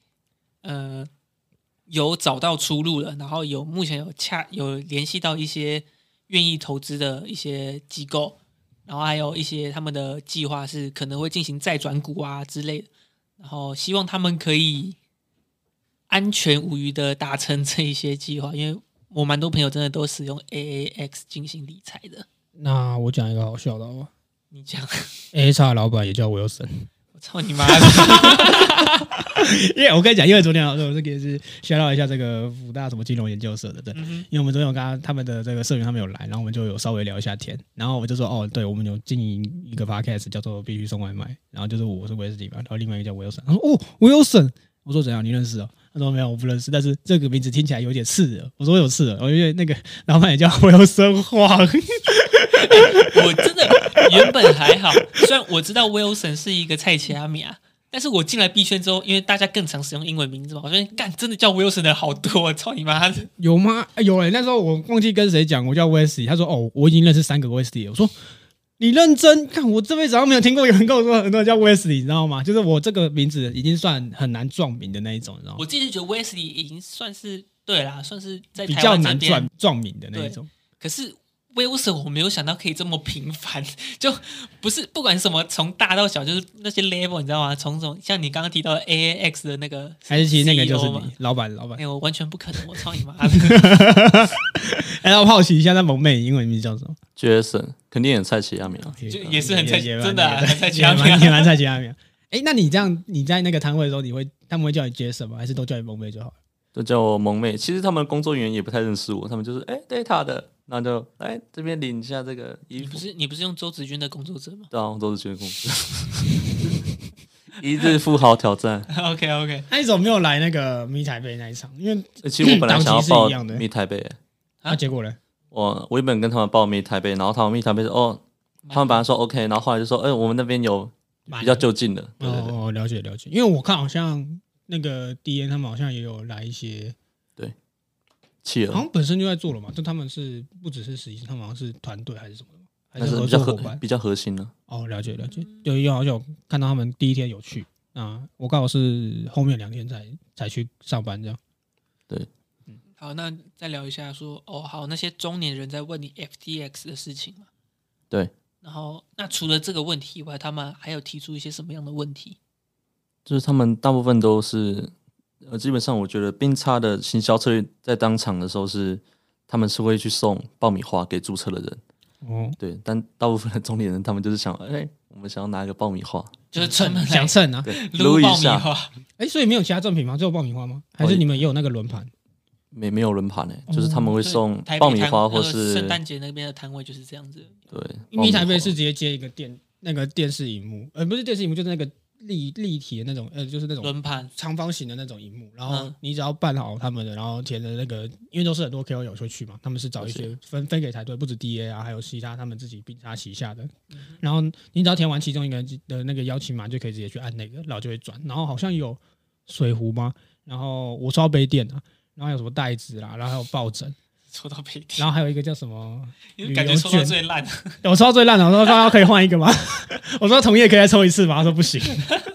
有找到出路了，然后目前有联系到一些愿意投资的一些机构，然后还有一些他们的计划是可能会进行再转股啊之类的，然后希望他们可以安全无虞的达成这一些计划，因为我蛮多朋友真的都使用 AAX 进行理财的。 那我讲一个好笑的好吧， 你讲 AXR 老板也叫 Wilson。 我操你妈的！ 因为我跟你讲，因为昨天我这个是shout out一下这个辅大什么金融研究社的，对，因为我们昨天有跟他们的这个社员他们有来，然后我们就有稍微聊一下天，然后我就说哦，对，我们有经营一个 podcast 叫做必须送外卖，然后就是我是威斯利嘛，然后另外一个叫 Wilson， 他说哦 Wilson， 我说怎样你认识哦？他说没有我不认识，但是这个名字听起来有点刺耳。我说有刺耳，我因为那个老板也叫Wilson Huang。 我真的原本还好，虽然我知道 Wilson 是一个菜奇阿米啊，但是我进来币圈之后，因为大家更常使用英文名字嘛，我觉得干真的叫 Wilson 的好多，操你妈的！ 有吗？有那时候我忘记跟谁讲，我叫 Wesley， 他说哦，我已经认识3个 Wesley 了。我说你认真看，我这辈子好像没有听过有人跟我说很多人叫 Wesley， 你知道吗？就是我这个名字已经算很难撞名的那一种，你知道吗？ 我自己就觉得 Wesley 已经算是对啦，算是在比较台湾这边难撞名的那一种。 可是 Wilson 我没有想到可以这么频繁，就不是不管什么从大到小，就是那些 level 你知道吗？从像你刚刚提到的 AAX 的那个 CEO， 还是其实那个就是你老板。 我完全不可能，我操你妈的！ 那我好奇一下，那萌妹英文名字叫什么 ？Jason 肯定也菜奇阿米啊， 就也是很菜，真的很菜奇阿米， 也蛮菜奇阿米。那你这样你在那个摊位的时候，他们会叫你 Jason 吗？还是都叫你萌妹就好了？ 都叫我萌妹。其实他们工作人员也不太认识我，他们就是data 的，然后就来这边领一下这个衣服。 你不是用周子君的工作者吗？ 对啊，周子君的工作。一日富豪挑战。 OK。 那你怎么没有来那个米台北那一场？因为其实我本来想要报米台北， 结果呢？ 我原本跟他们报米台北，然后他们米台北说他们本来说 OK， 然后后来就说我们那边有比较就近的。对。 了解。因为我看好像那个 DN 他们好像也有来一些， 对，企鹅好像本身就在做了嘛，就他们是不只是实习生，他们好像是团队还是什么的，还是合作伙伴比较核心呢。 了解。就好像看到他们第一天有去啊，我刚好是后面2天才去上班这样。 对。 好，那再聊一下说好，那些中年人在问你 FTX 的事情嘛？ 对。 然后，那除了这个问题以外，他们还有提出一些什么样的问题？ 就是他们大部分都是基本上我觉得冰差的行销策略在当场的时候是他们是会去送爆米花给注册的人。对，但大部分的中年人他们就是想我们想要拿一个爆米花， 就是想蹭啊， 撸爆米花。 所以没有其他赠品吗？只有爆米花吗？还是你们也有那个轮盘？ 没有轮盘就是他们会送爆米花或是圣诞节那边的摊位就是这样子。 对， 因为台北是直接接一个那个电视荧幕，不是电视荧幕，就是那个立体的那种，就是那种轮盘长方形的那种荧幕，然后你只要办好他们的，然后填的那个，因为都是很多 KOL 会去嘛，他们是找一些分给台队，不止 DA 啊，还有其他他们自己并他旗下的，然后你只要填完其中一个的那个邀请码，就可以直接去按那个，然后就会转，然后好像有水壶吗？然后我收到杯垫啊。然后还有什么袋子啦，然后还有抱枕， 抽到杯垫， 然后还有一个叫什么感觉抽到最烂， 我抽到最烂的，我说刚刚可以换一个吗？我说同业可以再抽一次吗？他说不行。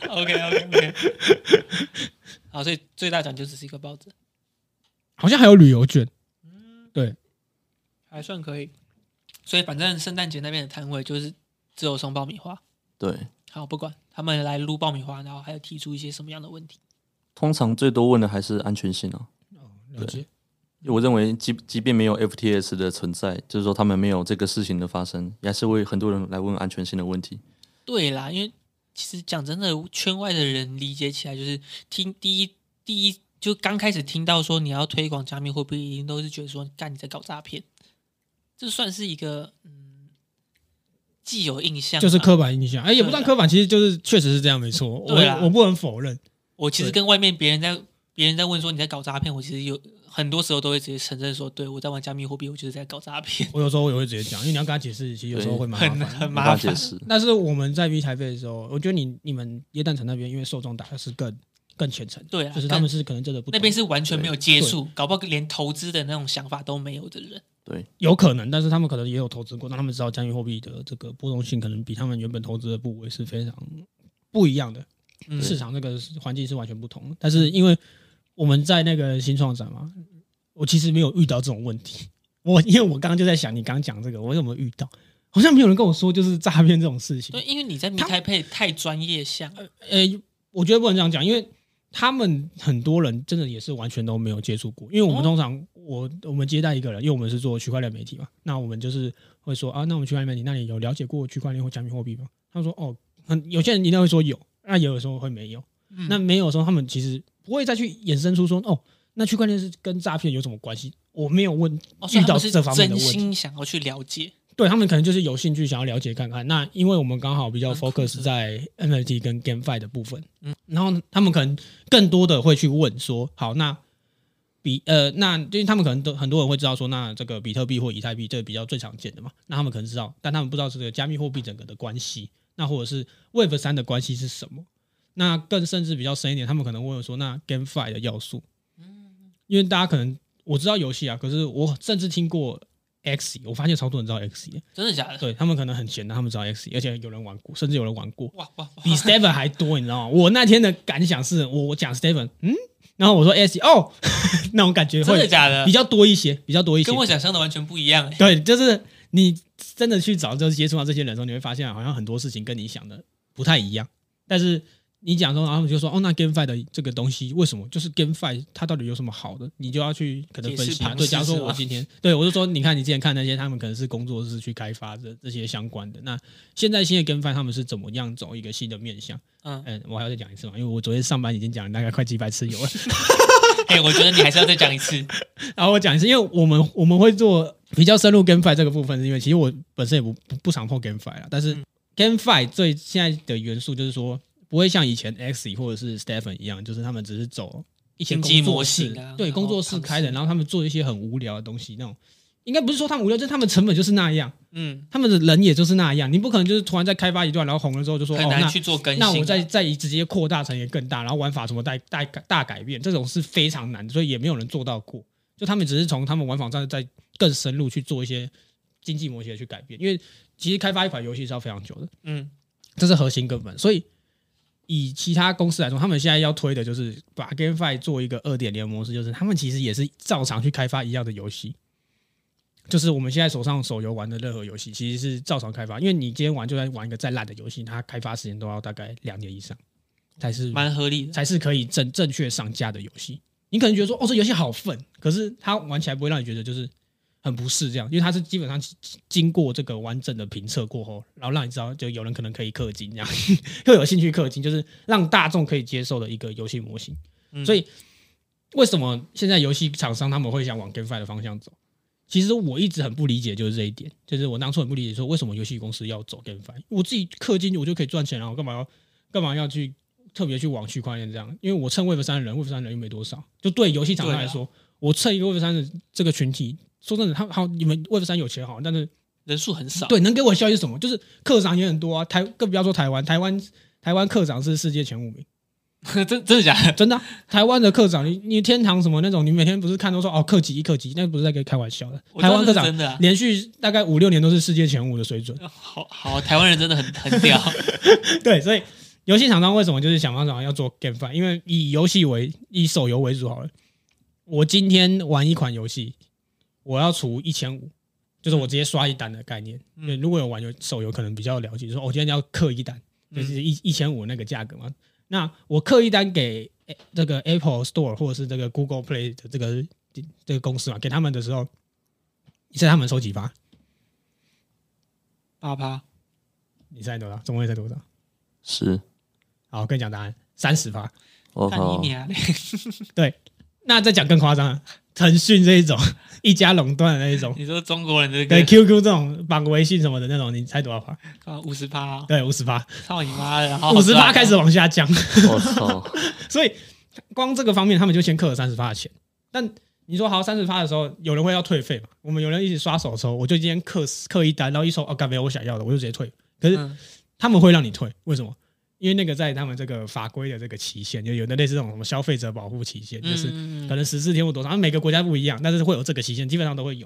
OK。好，所以最大奖就只是一个抱枕， 好像还有旅游券，对， 还算可以。所以反正圣诞节那边的摊位就是只有送爆米花。 对， 好，不管他们来撸爆米花，然后还有提出一些什么样的问题。 通常最多问的还是安全性啊。 了解。 我认为即便没有 FTX 的存在，就是说他们没有这个事情的发生，也还是会很多人来问安全性的问题。 对啦，因为其实讲真的，圈外的人理解起来就是第一就刚开始听到说你要推广加密货币，一定都是觉得说干你在搞诈骗，这算是一个既有印象， 就是刻板印象。也不算刻板，其实就是确实是这样，没错。我不能否认。 我其实跟外面别人在问说你在搞诈骗，我其实有很多时候都会直接承认说，对我在玩加密货币，我就是在搞诈骗。 我有时候也会直接讲，因为你要跟他解释，其实有时候会很麻烦。 但是我们在 V 台北的时候，我觉得你们耶诞城那边，因为受众打的是更虔诚， 对啊， 就是他们是可能真的不懂， 那边是完全没有接触，搞不好连投资的那种想法都没有的人。 对， 有可能，但是他们可能也有投资过，那他们知道加密货币的这个波动性可能比他们原本投资的部位是非常不一样的，市场那个环境是完全不同的。但是因为我们在那个新创展嘛，我其实没有遇到这种问题。因为我刚刚就在想，你刚刚讲这个，我有没有遇到？好像没有人跟我说就是诈骗这种事情。 对，因为你在米台配太专业项。 我觉得不能这样讲，因为他们很多人真的也是完全都没有接触过。因为我们通常我们接待一个人，因为我们是做区块链媒体嘛，那我们就是会说啊，那我们区块链媒体，那你有了解过区块链或加密货币吗？他说哦，有些人一定会说有，那也有时候会没有。那没有的时候，他们其实不会再去衍生出说哦，那区块链是跟诈骗有什么关系？我没有遇到这方面的问题。 真心想要去了解， 对，他们可能就是有兴趣想要了解看看。那因为我们刚好比较 focus 在 NFT 跟 GameFi 的部分，然后他们可能更多的会去问说，好，那那因为他们可能很多人会知道说，那这个比特币或以太币这个比较最常见的嘛，那他们可能知道，但他们不知道这个加密货币整个的关系，那或者是 Web3 的关系是什么？那更甚至比较深一点，他们可能会说，那 GameFi 的要素，因为大家可能我知道游戏啊，可是我甚至听过 X， 我发现超多人知道 X， 真的假的？ 对，他们可能很闲的，他们知道 X， 而且有人玩过，甚至有人玩过， 哇， 比 Steven 还多，你知道吗？我那天的感想是，我讲 Steven，然后我说 X， 哦，那种感觉会真的假的？ 比较多一些， 跟我想象的完全不一样。 对，就是你真的去找，就是接触到这些人的时候，你会发现好像很多事情跟你想的不太一样，但是你讲说，然后他们就说，哦，那 GameFi 的这个东西为什么？就是 GameFi 它到底有什么好的？你就要去可能分析啊。对，假如说我今天，对我就说，你看你之前看那些，他们可能是工作室去开发的这些相关的。那现在新的 GameFi 他们是怎么样走一个新的面向？我还要再讲一次嘛，因为我昨天上班已经讲了大概快几百次有了。 我觉得你还是要再讲一次。 然后我讲一次，因为我们会做比较深入 GameFi 这个部分，是因为其实我本身也不常碰 GameFi 啦，但是 GameFi 最现在的元素就是说，不会像以前 X 或者是 Stephen 一样，就是他们只是走一些工作室，对，工作室开的，然后他们做一些很无聊的东西，那种应该不是说他们无聊，就是他们成本就是那样，他们的人也就是那样，你不可能就是突然在开发一段，然后红了之后就说很难去做更新， 那我再直接扩大成也更大，然后玩法什么大改变，这种是非常难的，所以也没有人做到过。就他们只是从他们玩法上再更深入去做一些经济模型的去改变，因为其实开发一款游戏是要非常久的，这是核心根本，所以。以其他公司来说，他们现在要推的就是把 GameFi 做一个 2.0 模式，就是他们其实也是照常去开发一样的游戏，就是我们现在手上手游玩的任何游戏，其实是照常开发。因为你今天玩就算玩一个再烂的游戏，它开发时间都要大概2年以上，才是蛮合理的， 才是可以正确上架的游戏。你可能觉得说，哦，这游戏好笨，可是它玩起来不会让你觉得就是很不适这样，因为它是基本上经过这个完整的评测过后，然后让你知道就有人可能可以氪金这样，会有兴趣氪金，就是让大众可以接受的一个游戏模型。所以为什么现在游戏厂商他们会想往 GameFi 的方向走？其实我一直很不理解，就是这一点，就是我当初很不理解说为什么游戏公司要走 GameFi， 我自己氪金我就可以赚钱了，我干嘛要去特别去往区块链这样？因为我蹭 Web3 的人 ，Web3 的人又没多少，就对游戏厂商来说，我蹭一个 Web3 的这个群体。说真的，你们 Web3 有钱好，但是人数很少。 对，能给我的效益是什么？就是课长也很多啊，更不要说台湾课长是世界前5名， 真的假的？ 真的、啊，台湾的课长，你天堂什么那种，你每天不是看都说哦课级，那不是在跟开玩笑的。台湾课长连续大概5-6年都是世界前5的水准。 好，台湾人真的很屌。 对，所以游戏厂商为什么就是想办法要做 GameFi？ 因为以手游为主好了。我今天玩一款游戏。我要出1500，就是我直接刷一单的概念。如果有玩手游，可能比较了解，说我今天要氪一单，就是1500那个价格嘛。那我氪一单给这个 Apple Store 或者是这个 Google Play 的这个公司嘛，给他们的时候，你猜他们收几%？8%。你猜多少？总会猜多少 ？10%。 好，我跟你讲答案，30%。 我靠！ 对，那再讲更夸张，腾讯这一种。一家垄断的那一种， 你说中国人的对 QQ 这种绑微信什么的那种，你猜多少% ？50%。 对，50%。 操你妈的 ！50%开始往下降。 我操！ 所以光这个方面，他们就先氪了30%的钱。但你说好30%的时候，有人会要退费嘛？我们有人一起刷手抽，我就今天氪一单，然后一抽哦，干没有我想要的，我就直接退。可是他们会让你退，为什么？因为那个在他们这个法规的这个期限，就有的类似这种什么消费者保护期限，就是可能14天或多少，每个国家不一样，但是会有这个期限，基本上都会有。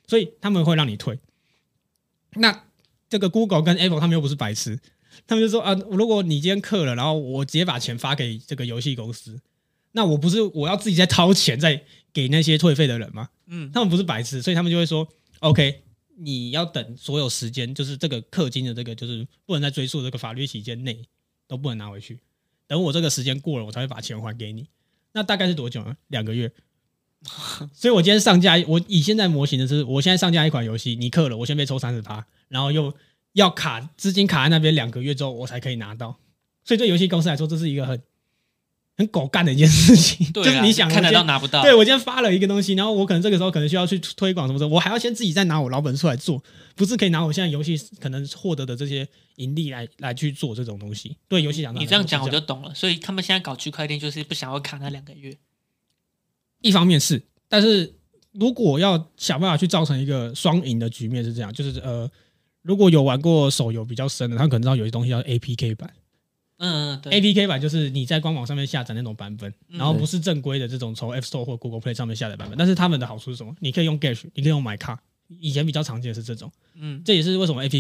所以他们会让你退。那这个 Google 跟 Apple 他们又不是白痴，他们就说啊，如果你今天氪了，然后我直接把钱发给这个游戏公司，那我要自己再掏钱再给那些退费的人吗？他们不是白痴，所以他们就会说 OK， 你要等所有时间，就是这个氪金的这个就是不能再追溯这个法律期间内都不能拿回去，等我这个时间过了，我才会把钱还给你。那大概是多久呢？2个月。所以我今天上架，我以现在模型的是，我现在上架一款游戏，你氪了，我先被抽30%，然后又要资金卡在那边2个月之后，我才可以拿到。所以对游戏公司来说，这是一个很狗干的一件事情。 对， 就是你想看得到拿不到。 对，我今天发了一个东西，然后我可能这个时候可能需要去推广什么的，我还要先自己再拿我老本出来做，不是可以拿我现在游戏可能获得的这些盈利来去做这种东西。对游戏厂商， 你这样讲我就懂了。所以他们现在搞区块链就是不想要卡那2个月。 一方面是，但是如果要想办法去造成一个双赢的局面是这样，就是如果有玩过手游比较深的，他可能知道有些东西叫 APK 版。 对 APK 版就是你在官网上面下载那种版本，然后不是正规的这种从 App Store 或 Google Play 上面下载版本。但是他们的好处是什么？你可以用 Gash， 你可以用买卡，以前比较常见的是这种。这也是为什么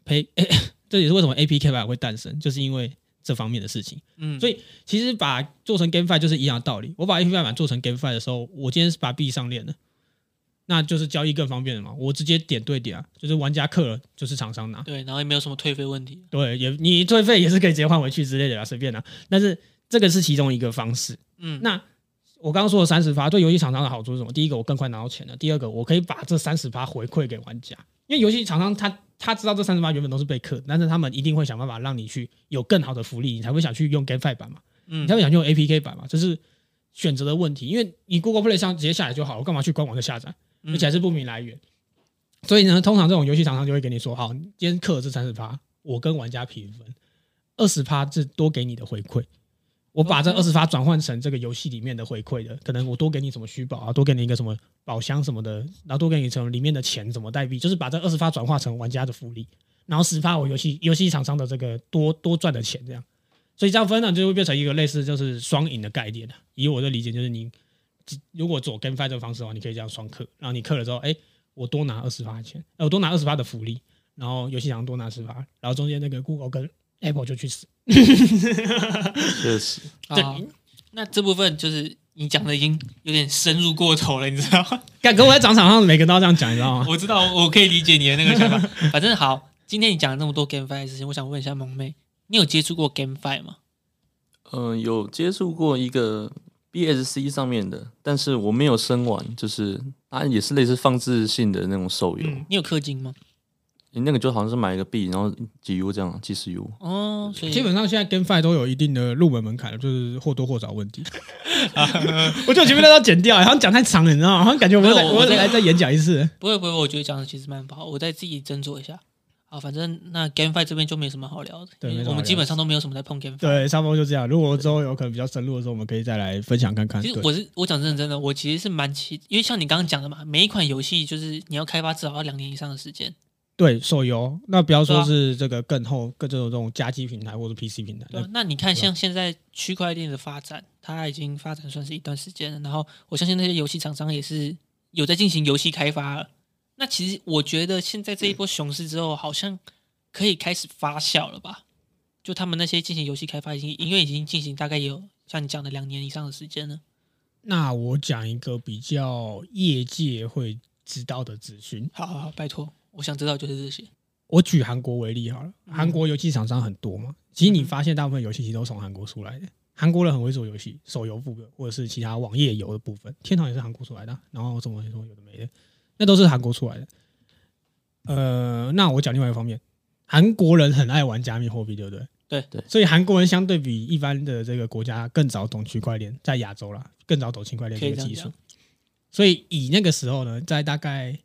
APK 版会诞生，就是因为这方面的事情。所以其实把做成 GameFi 就是一样的道理。我把 APK 版做成 GameFi 的时候，我今天是把币上链了，那就是交易更方便了嘛。我直接点对点啊，就是玩家氪了就是厂商拿。 对，然后也没有什么退费问题。 对，你退费也是可以直接换回去之类的啦，随便啦。但是这个是其中一个方式。那我刚刚说的30%对游戏厂商的好处是什么？第一个，我更快拿到钱了；第二个，我可以把这30%回馈给玩家。因为游戏厂商他知道这30%原本都是被氪，但是他们一定会想办法让你去有更好的福利，你才会想去用 GameFi 版嘛，你才会想去用 APK 版嘛，这是选择的问题。因为你 Google Play 上直接下载就好，我干嘛去官网再下载？而且还是不明来源。所以呢，通常这种游戏厂商就会跟你说，好，今天氪这30%，我跟玩家平分，20%是多给你的回馈。我把这20%转换成这个游戏里面的回馈的，可能我多给你什么虚宝啊，多给你一个什么宝箱什么的，然后多给你什么里面的钱什么代币，就是把这20%转化成玩家的福利，然后10%我游戏厂商的这个多赚的钱这样，所以这样分呢就会变成一个类似就是双赢的概念。以我的理解就是你如果走 GameFi 这个方式的话，你可以这样双氪，然后你氪了之后，我多拿20%的钱，我多拿20%的福利，然后游戏厂商多拿10%，然后中间那个 Google 跟 Apple 就去死。 确实， 对，那这部分就是你讲的已经有点深入过头了，你知道吗？ 跟我在场上每个都要这样讲，你知道吗？ 我知道，我可以理解你的那个想法。反正好，今天你讲了那么多 GameFi 的事情，我想问一下萌妹，你有接触过 GameFi 吗？ 有接触过一个 BSC 上面的，但是我没有深玩，就是它也是类似放置性的那种手游。 你有氪金吗？ 你那个就好像是买一个币，然后几 U 这样，几十 U。 所以基本上现在 GameFi 都有一定的入门门槛了，就是或多或少问题。我觉得前面那都剪掉，好像讲太长了，你知道吗？好像感觉我再演讲一次。 不会，我觉得讲的其实蛮好，我再自己斟酌一下。好，反正那 GameFi 这边就没什么好聊的，对，我们基本上都没有什么在碰 GameFi。 对，差不多就这样。如果之后有可能比较深入的时候，我们可以再来分享看看。 其实我讲认真的，我其实是蛮因为像你刚刚讲的嘛，每一款游戏就是你要开发至少要2年以上的时间。 对，手游那不要说是这个更后更这种家机平台或者 PC 平台。 对，那你看像现在区块链的发展，它已经发展算是一段时间了，然后我相信那些游戏厂商也是有在进行游戏开发了。那其实我觉得现在这一波熊市之后，好像可以开始发酵了吧？就他们那些进行游戏开发因为已经进行大概有像你讲的2年以上的时间了。 那我讲一个比较业界会知道的资讯。 好，拜托。我想知道就是这些。 我举韩国为例好了，韩国游戏厂商很多嘛，其实你发现大部分游戏其实都从韩国出来的。韩国人很会做游戏，手游部分或者是其他网页游的部分，天堂也是韩国出来的，然后什么有的没的，那都是韩国出来的。那我讲另外一个方面，韩国人很爱玩加密货币，对不对？ 对， 所以韩国人相对比一般的这个国家更早懂区块链，在亚洲啦，更早懂区块链这个技术。所以以那个时候呢，在大概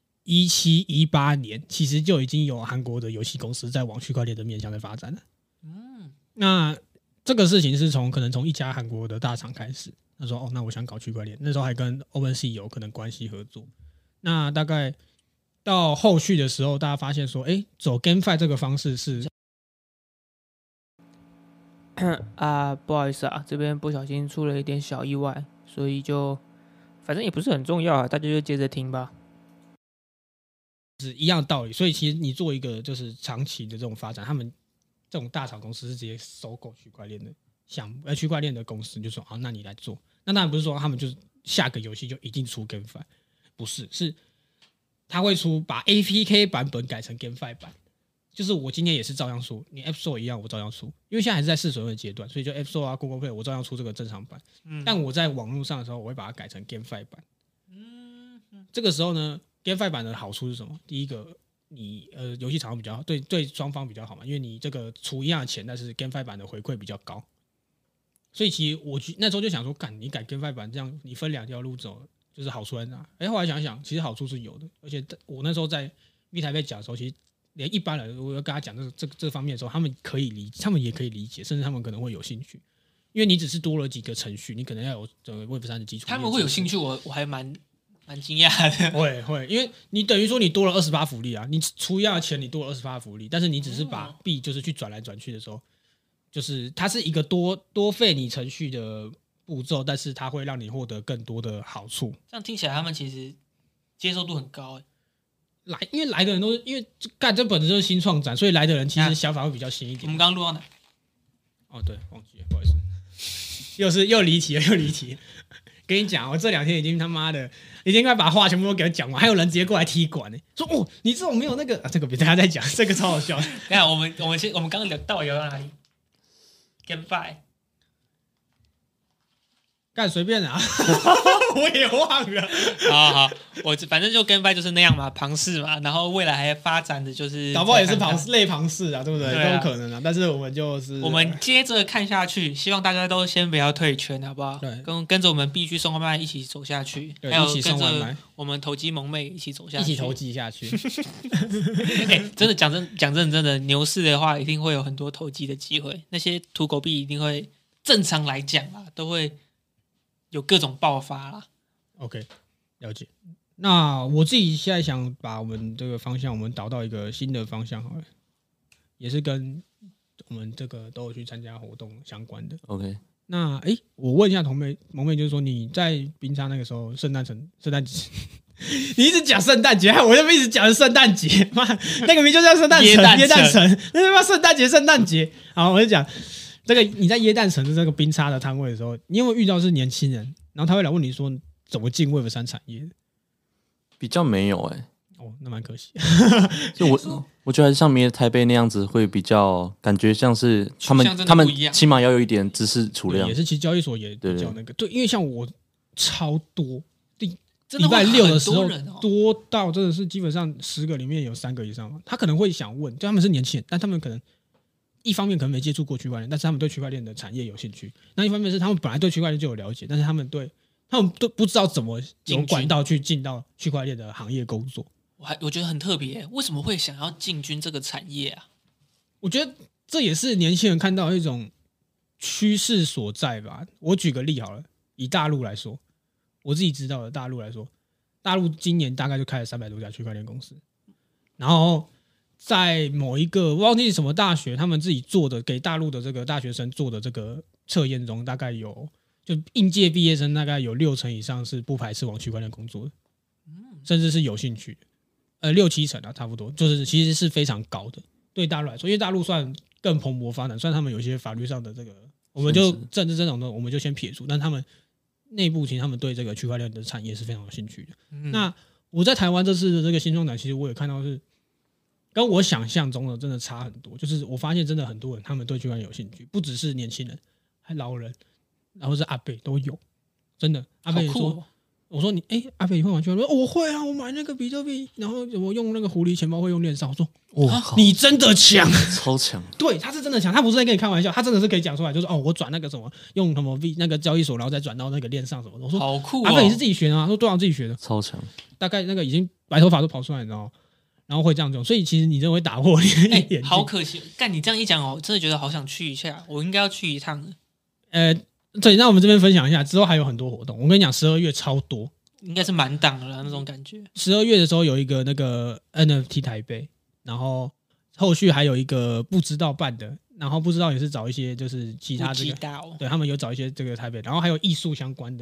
17、18年，其实就已经有韩国的游戏公司在往区块链的面向在发展了。那这个事情是可能从一家韩国的大厂开始，他说那我想搞区块链，那时候还跟 OpenSea 有可能关系合作。那大概到后续的时候，大家发现说，走 GameFi 这个方式是不好意思啊，这边不小心出了一点小意外，所以就反正也不是很重要啊，大家就接着听吧。 是一样的道理。所以其实你做一个就是长期的这种发展，他们这种大厂公司是直接收购区块链的项目，区块链的公司就说好，那你来做。那当然不是说他们就是下个游戏就一定出 GameFi， 不是，是他会出把 APK 版本改成 GameFi 版。就是我今天也是照样出，你 App Store 一样，我照样出，因为现在还是在试水温的阶段，所以就 App Store 啊 Google Play 我照样出这个正常版。但我在网络上的时候，我会把它改成 GameFi 版。这个时候呢 ，GameFi 版的好处是什么？第一个，你游戏厂商比较好，对双方比较好嘛，因为你这个出一样的钱，但是 GameFi 版的回馈比较高。所以其实我那时候就想说，你改 GameFi 版这样，你分两条路走，就是好处在哪？后来想想，其实好处是有的，而且我那时候在密台被讲的时候，其实。连一般人，我要跟他讲这方面的时候，他们也可以理解，甚至他们可能会有兴趣，因为你只是多了几个程序，你可能要有Web3的基础。 他们会有兴趣，我还蛮惊讶的。 会，因为你等于说你多了28福利啊，你出一样的钱，你多了28福利，但是你只是把币就是去转来转去的时候，就是它是一个多费你程序的步骤，但是它会让你获得更多的好处。 这样听起来，他们其实接受度很高。 因为来的人都是因为这本身就是新创展，所以来的人其实想法会比较新一点。 我们刚刚录到哪？ 哦，对，忘记了，不好意思，又离题了。跟你讲，我这2天已经他妈的，已经快把话全部都给他讲完，还有人直接过来踢馆呢，说哦，你这种没有那个，这个别大家再讲，这个超好笑。 等一下我们刚刚聊到哪里 ？GameFi。 干随便啊，我也忘了。 好，我反正就GameFi就是那样嘛，庞氏嘛，然后未来还发展的就是， 搞不好也是类庞氏啊，对不对？都有可能啊。但是我们接着看下去，希望大家都先不要退圈，好不好？ 对， 跟着我们必须送外卖一起走下去，还有跟着我们投机萌妹一起走下去， 一起投机下去。 真的讲真的，牛市的话一定会有很多投机的机会，那些土狗币一定会，正常来讲啊，都会。有各种爆发啦。 OK， 了解。那我自己现在想把我们这个方向，我们导到一个新的方向好了，也是跟我们这个都有去参加活动相关的。 OK， 那我问一下萌妹，就是说你在冰沙那个时候，圣诞节，你一直讲圣诞节，我就一直讲圣诞节，妈，那个名就叫圣诞城，耶诞城，那他妈圣诞节。好，我就讲。这个你在耶诞城的这个冰沙的摊位的时候，你有没有遇到是年轻人，然后他会来问你说怎么进 Web3 产业？ 比较没有哦，那蛮可惜。 就我觉得像没台北那样子会比较感觉像是他们起码要有一点知识储量， 也是其实交易所也比较那个对，因为像我超多， 礼拜6的时候多到真的是基本上10个里面有3个以上，他可能会想问，就他们是年轻人，但他们可能。一方面可能没接触过区块链，但是他们对区块链的产业有兴趣；那一方面是他们本来对区块链就有了解，但是他们都不知道怎么有管道去进到区块链的行业工作。 我觉得很特别，为什么会想要进军这个产业啊？ 我觉得这也是年轻人看到一种趋势所在吧。我举个例好了，以大陆来说，我自己知道的大陆来说，大陆今年大概就开了300多家区块链公司，然后。在某一个忘记什么大学，他们自己做的给大陆的这个大学生做的这个测验中，大概有就应届毕业生大概有60%以上是不排斥往区块链工作的，甚至是有兴趣的，6-7%啊，差不多，就是其实是非常高的。对大陆来说，因为大陆算更蓬勃发展，虽然他们有些法律上的这个，我们就政治这种的，我们就先撇除，但他们内部其实他们对这个区块链的产业是非常有兴趣的。那我在台湾这次的这个新创展，其实我也看到是。跟我想象中的真的差很多，就是我发现真的很多人他们对区块链有兴趣，不只是年轻人，还老人，然后是阿伯都有，真的。阿伯说，我说你阿伯你会玩区块链？我会啊，我买那个比特币，然后我用那个狐狸钱包会用链上。我说你真的强， 超强。 对，他是真的强，他不是在跟你开玩笑，他真的是可以讲出来，就是我转那个什么，用什么 V 那个交易所，然后再转到那个链上什么的。我说好酷阿伯你是自己学的吗？说对啊，自己学的， 超强。 大概那个已经白头发都跑出来，你知道吗？然后会这样用，所以其实你真的会打破你的眼镜。 好可惜，干你这样一讲真的觉得好想去一下，我应该要去一趟的。 对，那我们这边分享一下，之后还有很多活动。我跟你讲12月超多， 应该是满档了那种感觉。 12月的时候有一个那个 NFT 台北，然后后续还有一个不知道办的，然后不知道也是找一些就是其他这个，对他们有找一些这个台北，然后还有艺术相关的，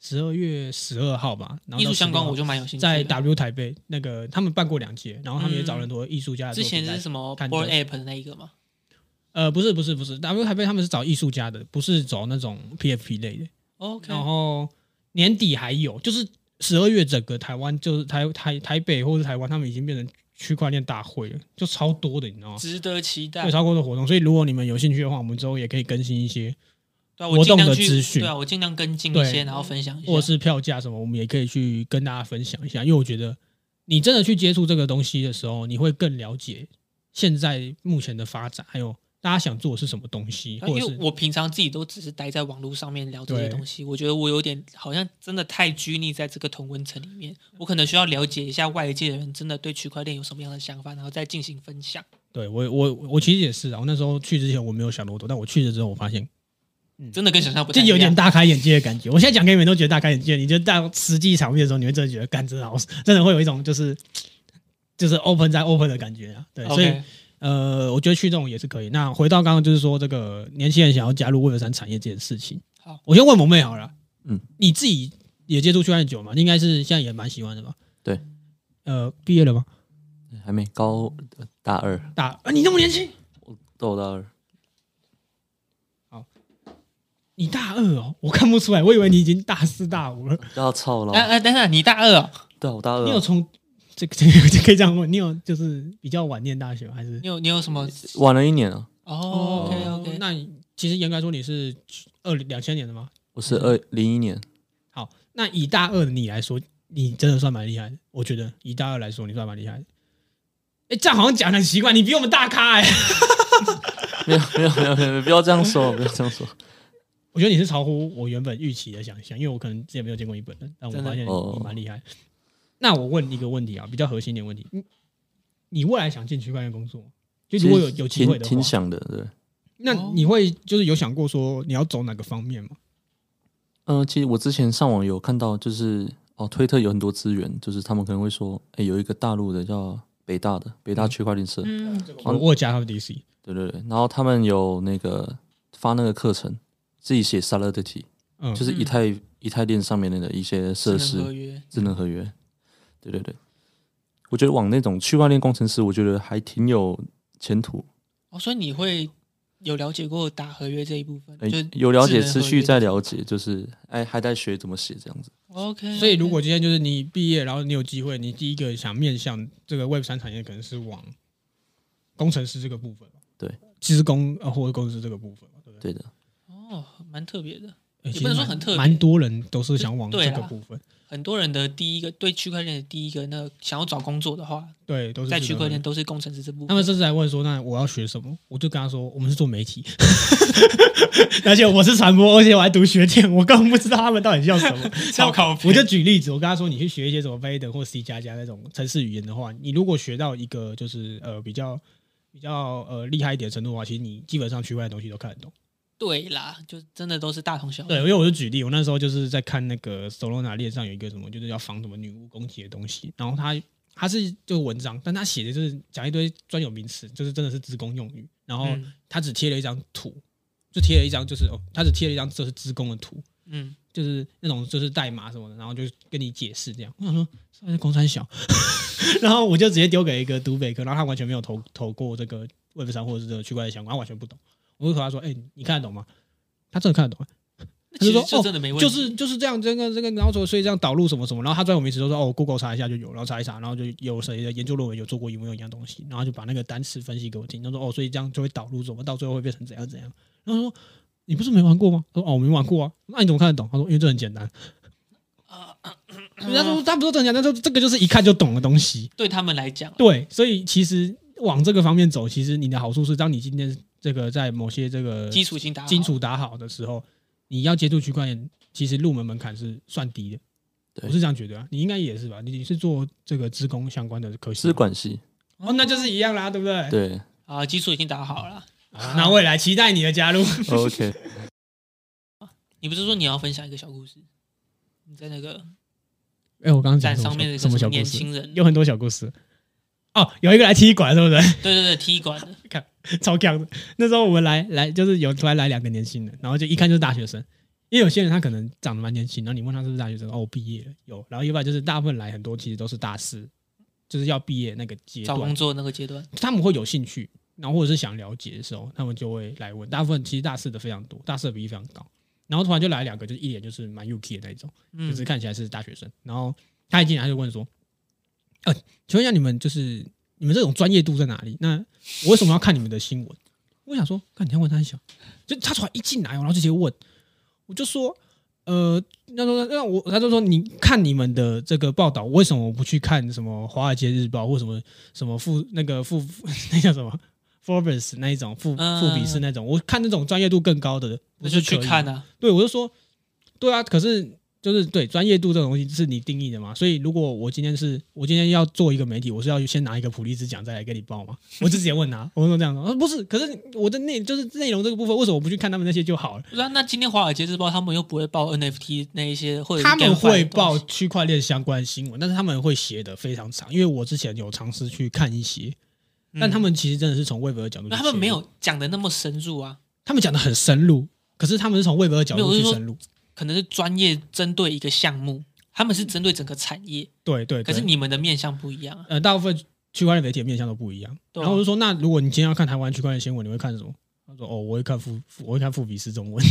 12月12号吧，然后艺术相关我就蛮有兴趣的， 在 W 台北那个他们办过2届，然后他们也找了很多艺术家的作之品前是什么看 Board App 的那一个吗？ 不是 W 台北他们是找艺术家的，不是走那种 PFP 类的。 OK， 然后年底还有，就是12月整个台湾就是台北或是台湾，他们已经变成区块链大会了，就超多的，你知道吗？ 值得期待。 对，超多的活动，所以如果你们有兴趣的话，我们之后也可以更新一些活动的资讯。 对啊，我尽量跟进一些，然后分享一下， 或者是票价什么，我们也可以去跟大家分享一下。因为我觉得你真的去接触这个东西的时候，你会更了解现在目前的发展，还有大家想做的是什么东西。 因为我平常自己都只是待在网络上面聊这些东西，我觉得我有点好像真的太拘泥在这个同温层里面，我可能需要了解一下外界的人真的对区块链有什么样的想法，然后再进行分享。 对，我其实也是啊，我那时候去之前我没有想那么多，但我去了之后我发现。 真的跟想象不太一样， 就有点大开眼界的感觉。我现在讲给你们都觉得大开眼界，你就到实际场面的时候，你会真的觉得，干真的好，真的会有一种就是 open 在 open 的感觉啊。对， okay. 所以我觉得去这种也是可以。那回到刚刚就是说这个年轻人想要加入 Web3 产业这件事情， 好， 我先问萌妹好了，你自己也接触区块链久嘛？应该是现在也蛮喜欢的吧？ 对， 毕业了吗？ 还没，大二， 你那么年轻， 我大二。 你大2哦，我看不出来，我以为你已经大4、大5了。 要操了！ 等等，你大2哦？ 对，我大2。 你有从这个可以这样问，你有就是比较晚念大学吗？还是你有什么晚了1年啊？ 哦 ，OK， 那其实严格来说，你是2000年的吗？ 我是2001年。 好，那以大2的你来说，你真的算蛮厉害的。我觉得以大2来说，你算蛮厉害的。这样好像讲得很奇怪，你比我们大咖没有，不要这样说，不要这样说。 我觉得你是超乎我原本预期的想象，因为我可能之前没有见过你本人，但我发现你蛮厉害。那我问一个问题啊，比较核心的问题，你未来想进区块链工作吗？就如果有机会的话， 挺想的，对。 那你会就是有想过说你要走哪个方面吗？ 其实我之前上网有看到，就是推特有很多资源，就是他们可能会说，有一个大陆的叫北大区块链社， 我加他们 DC， 对，然后他们有那个发那个课程。自己写 Solidity，就是以太链上面的一些设施，智能合约，对，我觉得往那种区块链工程师，我觉得还挺有前途。 所以你会有了解过打合约这一部分？ 有了解，持续在了解，就是还在学怎么写这样子。 OK， 所以如果今天就是你毕业，然后你有机会，你第一个想面向这个 Web3 产业，可能是往工程师这个部分， 对， 资工或者工程师这个部分，对不对？ 对的。 蛮特别的，也不能说很特别， 蛮多人都是想往这个部分。 很多人的第一个对区块链的第一个那想要找工作的话， 对，都是在区块链都是工程师这部分。 他们甚至还问说：“那我要学什么？”我就跟他说：“我们是做媒体，而且我是传播，而且我还读学电，我根本不知道他们到底叫什么。” 超靠谱。 我就举例子，我跟他说：“你去学一些什么 Python 或 C++ 那种程式语言的话，你如果学到一个就是比较厉害一点的程度的话，其实你基本上区块链的东西都看得懂。” 对啦，就真的都是大同小异。 对，因为我就举例，我那时候就是在看那个 Solana 链上有一个什么，就是要防什么女巫攻击的东西，然后他是就是文章，但他写的就是讲一堆专有名词，就是真的是资工用语，然后他只贴了一张图，就贴了一张就是他只贴了一张就是资工的图，就是那种就是代码什么的，然后就跟你解释这样。我想说，这公三小，然后我就直接丢给一个读北科，然后他完全没有投过这个 Web3 或者是这个区块链相关，他完全不懂。我就和他说：“你看得懂吗？”他真的看得懂。他就说：“ 就真的没问题， 就是这样，这个，然后所以这样导入什么什么，然后他专有名词都说：‘Google 查一下就有，然后查一查，然后就有谁的研究论文有做过一模一样东西，然后就把那个单词分析给我听。’他说：‘所以这样就会导入什么，到最后会变成怎样怎样。’然后说：‘你不是没玩过吗？’他说：‘我没玩过啊。’那你怎么看得懂？他说：‘因为这很简单。’人家说他不说很简单，说这个就是一看就懂的东西， 对他们来讲， 对，所以其实往这个方面走，其实你的好处是，当你今天这个在某些这个基础打好的时候，你要接触区块链，其实入门门槛是算低的。我是这样觉得啊，你应该也是吧？你是做这个资工相关的科系， 资管系那就是一样啦，对不对？ 对啊，基础已经打好了。 那未来期待你的加入。 OK， 你不是说你要分享一个小故事？你在那个我刚刚讲上面的什么小故事？ 年轻人有很多小故事。有一个来踢馆，对不对？ 对，踢馆的， 看超强的。那时候我们来就是有突然来2个年轻人，然后就一看就是大学生， 因为有些人他可能长得蛮年轻，然后你问他是不是大学生，哦，毕业了有，然后要不然就是大部分来很多其实都是大四，就是要毕业那个阶段， 找工作那个阶段， 他们会有兴趣，然后或者是想了解的时候，他们就会来问。大部分其实大四的非常多，大四的比例非常高。然后突然就来2个，就是一脸就是蛮 UK 的那种，就是看起来是大学生。然后他一进来他就问说：“请问一下你们这种专业度在哪里？那我为什么要看你们的新闻？”我想说，看你要问他小，就他突然一进来，然后就直接问，我就说。他就说你看你们的这个报道，为什么我不去看什么《华尔街日报》或什么那叫什么 Forbes 那一种富比士那种？我看那种专业度更高的， 那就去看啊。 对，我就说，对啊，可是就是对专业度这种东西是你定义的嘛，所以如果我今天要做一个媒体，我是要先拿一个普利兹奖再来给你报嘛？我就直接问他，我说这样说，不是，可是我的内容这个部分，为什么我不去看他们那些就好了？ 不是啊，那今天华尔街日报他们又不会报 NFT 那一些，或者他们会报区块链相关新闻，但是他们会写的非常长，因为我之前有尝试去看一些，但他们其实真的是从 Web 的角度去， 他们没有讲的那么深入啊， 他们讲的很深入，可是他们是从 Web 的角度去深入。 可能是专业针对一个项目，他们是针对整个产业， 对， 可是你们的面向不一样大部分区块链媒体的面向都不一样。然后我就说，那如果你今天要看台湾区块链新闻，你会看什么？他说：“我会看富比士中文。”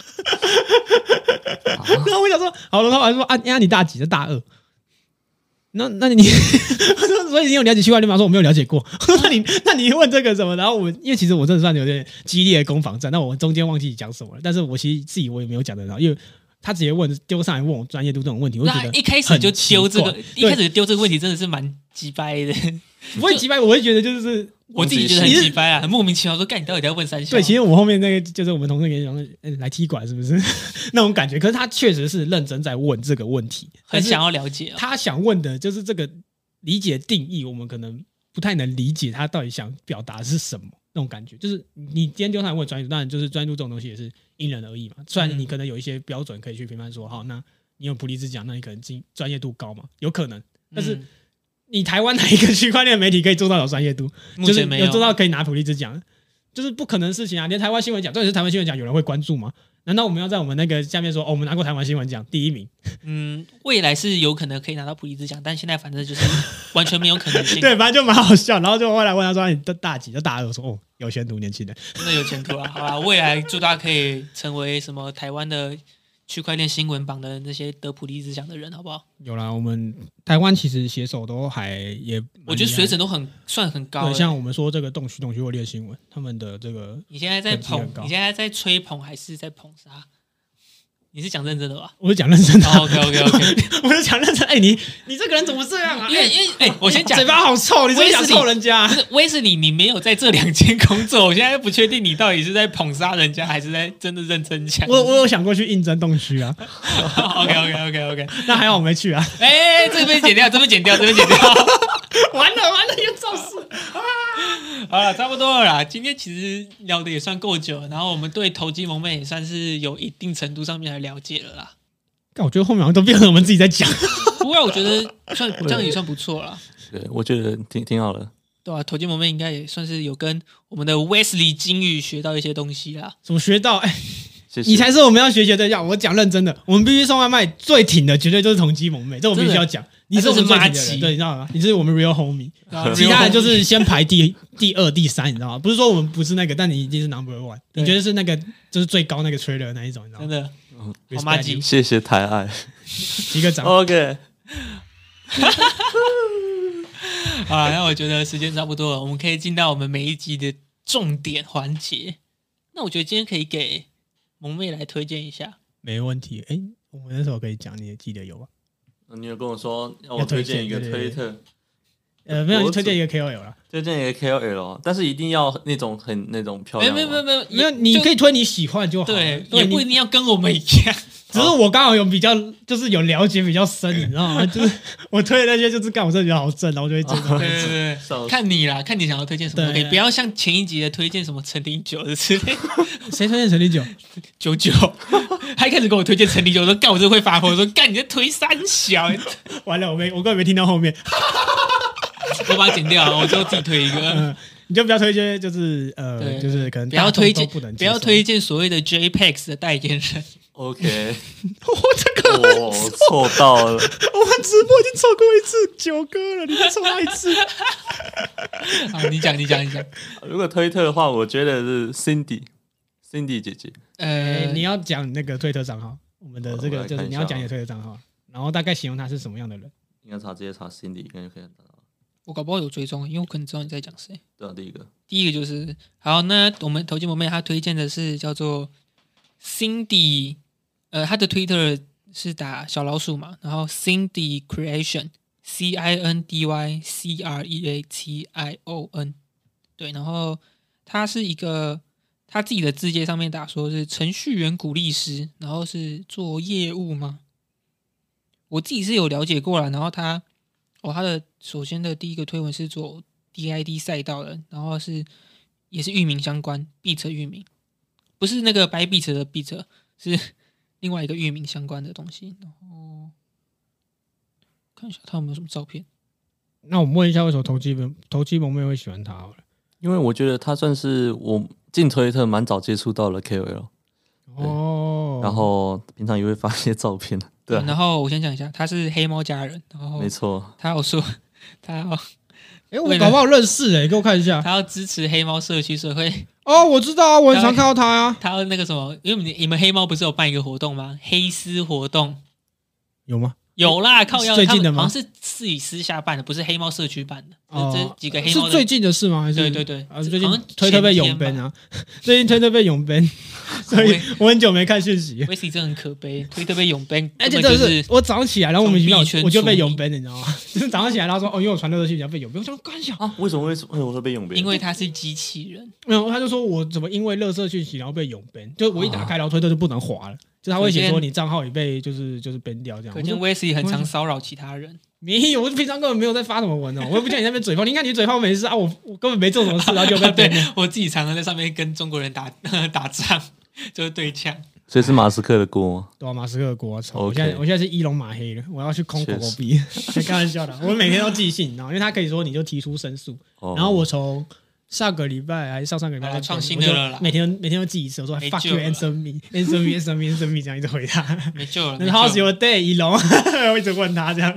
然后我想说，好了，他还说你大几？是大2。那你所以你有了解区块链吗？说我没有了解过。那你问这个什么？然后因为其实我真的算有点激烈的攻防战，那我中间忘记讲什么了。但是我其实自己我也没有讲得很好，因为他直接丢上来问我专业度这种问题，我就觉得一开始就丢这个，一开始丢这个问题真的是蛮鸡掰的。 不会鸡掰，我会觉得就是我自己觉得很鸡掰啊，很莫名其妙说干你到底在问三小？ 对，其实我后面那个就是我们同事跟你讲来踢馆是不是那种感觉？可是他确实是认真在问这个问题， 很想要了解。 他想问的就是这个理解定义，我们可能不太能理解他到底想表达的是什么那种感觉。就是你今天丢上来问专业度，当然就是专业度这种东西也是因人而异嘛。虽然你可能有一些标准可以去评判说，好，那你有普利兹奖，那你可能专业度高嘛，有可能，但是。你台湾哪一个区块链媒体可以做到有专业度？ 目前没有做到可以拿普利兹奖，就是不可能的事情啊！连台湾新闻奖，这也是台湾新闻奖，有人会关注吗？难道我们要在我们那个下面说，我们拿过台湾新闻奖第1名？ 未来是有可能可以拿到普利兹奖，但现在反正就是完全没有可能性。 对，反正就蛮好笑。然后就后来问他说：“你大几？”就大2。我说：“有前途，年轻人， 真的有前途啊！”好啦，未来祝大家可以成为什么台湾的区块链新闻榜的那些得普利兹奖的人，好不好？ 有啦，我们台湾其实写手都我觉得水准都算很高。 对，像我们说这个洞区或链新闻，他们的这个你现在在吹捧还是在捧杀？你是讲认真的吧？ 我是讲认真的。 OK， 我是讲认真。你这个人怎么这样啊？ 因为我先讲， 嘴巴好臭，你是不是想臭人家？ 不是威斯你没有在这2间工作，我现在不确定你到底是在捧杀人家，还是在真的认真讲。 我有想过去应征洞区啊。 OK， 那还好我没去啊。 这边剪掉，完了，又造事。好了，差不多了啦。今天其实聊的也算够久了，然后我们对投机萌妹也算是有一定程度上面的了解了啦。 但我觉得后面好像都变成我们自己在讲。 不过我觉得这样也算不错了。 对，我觉得挺好的。 对啊，投机萌妹应该也算是有跟我们的 Wesley 金宇学到一些东西啦。 怎么学到？ 谢谢你才是我们要学习的对象。我讲认真的，我们必须送外卖最挺的绝对就是同机萌妹，这我必须要讲。你是我们最挺的人，对，你知道吗？你是我们 real homie， 其他人就是先排第2、第3，你知道吗？不是说我们不是那个，但你一定是 number one。你觉得是那个就是最高那个 trailer 那一种，你知道吗？ 真的，好麻吉， 谢谢台爱， 一个掌。 OK。 好啦，那我觉得时间差不多了，我们可以进到我们每一集的重点环节。那我觉得今天可以给萌妹来推荐一下， 没问题。我们那时候可以讲，你也记得有吧？ 你有跟我说要我推荐一个推特， 没有，推荐一个 KOL 啦， 推荐一个 KOL， 但是一定要那种那种漂亮。 没有，你可以推你喜欢就好。 对，也不一定要跟我们一样。 只是我刚好有比较，就是有了解比较深，你知道吗？就是我推的那些，就是干我真的觉得好正，然后我就会追踪。 对，看你啦，看你想要推荐什么都可以，不要像前一集的推荐什么陈零九的之类。 谁推荐陈零九 ？99，他一开始跟我推荐陈零九，我说干，我真的会发火，我说干，你在推三小， 完了，我根本没听到后面， 我把它剪掉，我就自己推一个。 你就不要推荐，就是就是可能不要推荐， 不要推荐所谓的 JPEX 的代言人。 OK， 这个错到了， 我们直播已经错过一次九哥了，你再错他一次。 好，你讲。 如果推特的话，我觉得是 Cindy 姐姐。 你要讲那个推特账号，我们的这个就是你要讲你的推特账号，然后大概形容他是什么样的人。 应该直接查 Cindy 应该就可以找到。 我搞不好有追踪，因为我可能知道你在讲谁。 对啊， 第一个就是好，那我们头巾萌妹她推荐的是叫做 Cindy， 她的 Twitter 是打小老鼠嘛，然后 Cindy Creation CINDY CREATION， 对，然后她是一个她自己的字节上面打说是程序员鼓励师，然后是做业务吗？我自己是有了解过了，然后他的首先的第一个推文是做 DID 赛道的，然后也是域名相关 ，Beat 域名，不是那个白 Beat 的 Beat， 是另外一个域名相关的东西。然后看一下他有没有什么照片。 那我们问一下，为什么投机萌妹会喜欢他好了？ 因为我觉得他算是我进推特蛮早接触到了 KOL。然后平常也会发一些照片。对， 然后我先讲一下，他是黑猫家人，然后没错， 他有说他要， 我搞不好认识给我看一下， 他要支持黑猫社区，所以会我知道啊，我很常看到他啊， 他要那个什么，因为你们黑猫不是有办一个活动吗？黑丝活动有吗？ 有啦，靠腰， 最近的吗？ 好像是自己私下办的，不是黑猫社区办的。这几个黑猫是最近的事吗？还是对， 最近推特被永 ban 啊，最近推特被永 ban，所以我很久没看讯息。 威斯真的很可悲，推特被永 ban， 而且就是我早上起来，然后我们我就被永 ban，你知道吗？就是早上起来，然后说因为我传乐色讯息被永 ban，我想干啥啊？为什么会被永 ban？ 因为他是机器人。 没有，他就说我怎么因为乐色讯息然后被永 ban，就我一打开然后推特就不能滑了。就他会写说你账号也被就是 ban 掉这样。 可见威斯很常骚扰其他人。 没有，我平常根本没有在发什么文我也不像你那边嘴炮。你看你嘴炮没事啊，我根本没做什么事，然后就被 ban 对，我自己常常在上面跟中国人打仗，就是对呛。 所以是马斯克的锅吗？ 对啊，马斯克的锅。我现在是伊隆马黑了，我要去空狗狗币。开玩笑的，我每天都寄信，因为他可以说你就提出申诉，然后我从上个礼拜还是上个礼拜创新的了啦， 每天都寄一次，我说 fuck you answer me 这样一直回他， 没救了。 How's your day， 一龙？我一直问他这样。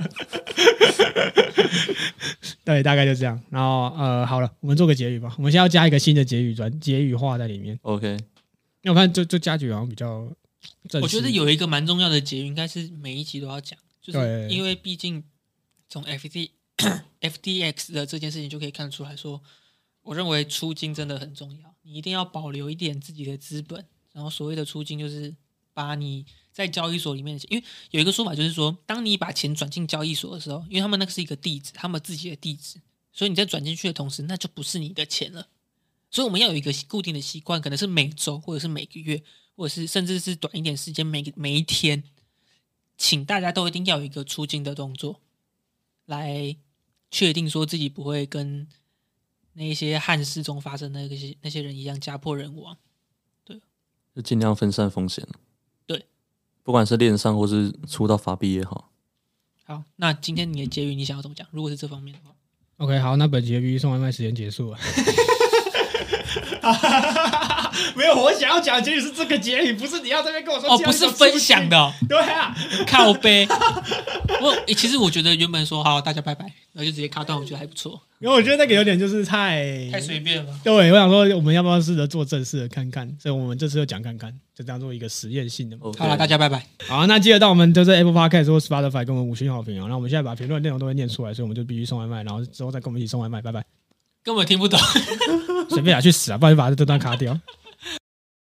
对，大概就这样。然后好了，我们做个结语吧。我们现在要加一个新的结语话在里面。 OK， 因为我看这家局好像比较正式。 我觉得有一个蛮重要的结语，应该是每一集都要讲，就是因为毕竟从 FTX 的这件事情就可以看出来说。我认为出金真的很重要，你一定要保留一点自己的资本。然后所谓的出金，就是把你在交易所里面的钱，因为有一个说法就是说，当你把钱转进交易所的时候，因为他们那个是一个地址，他们自己的地址，所以你在转进去的同时，那就不是你的钱了。所以我们要有一个固定的习惯，可能是每周，或者是每个月，或者是甚至是短一点时间，每一天，请大家都一定要有一个出金的动作，来确定说自己不会跟那些憾事中发生的那些人一样家破人亡。对， 就尽量分散风险。 对， 不管是链上或是出到法币也好。 好，那今天你的结语你想要怎么讲？如果是这方面的话 ，OK， 好，那本节目送外卖时间结束了。没有，我想要讲的结语是这个结语，不是你要这边跟我说不是分享的。 对啊， 靠背。其实我觉得原本说好大家拜拜，然后就直接卡断，我觉得还不错。 因为我觉得那个有点就是太随便了。 对，我想说我们要不要试着做正式的看看，所以我们这次就讲看看，就当做一个实验性的。 Okay. 好了，大家拜拜。 好，那记得到我们就是 Apple Podcast 或 Spotify 给我们5星好评。那我们现在把评论内容都会念出来，所以我们就必须送外卖，然后之后再跟我们一起送外卖，拜拜。 根本听不懂。 随便去死啊，不然就把这段卡掉。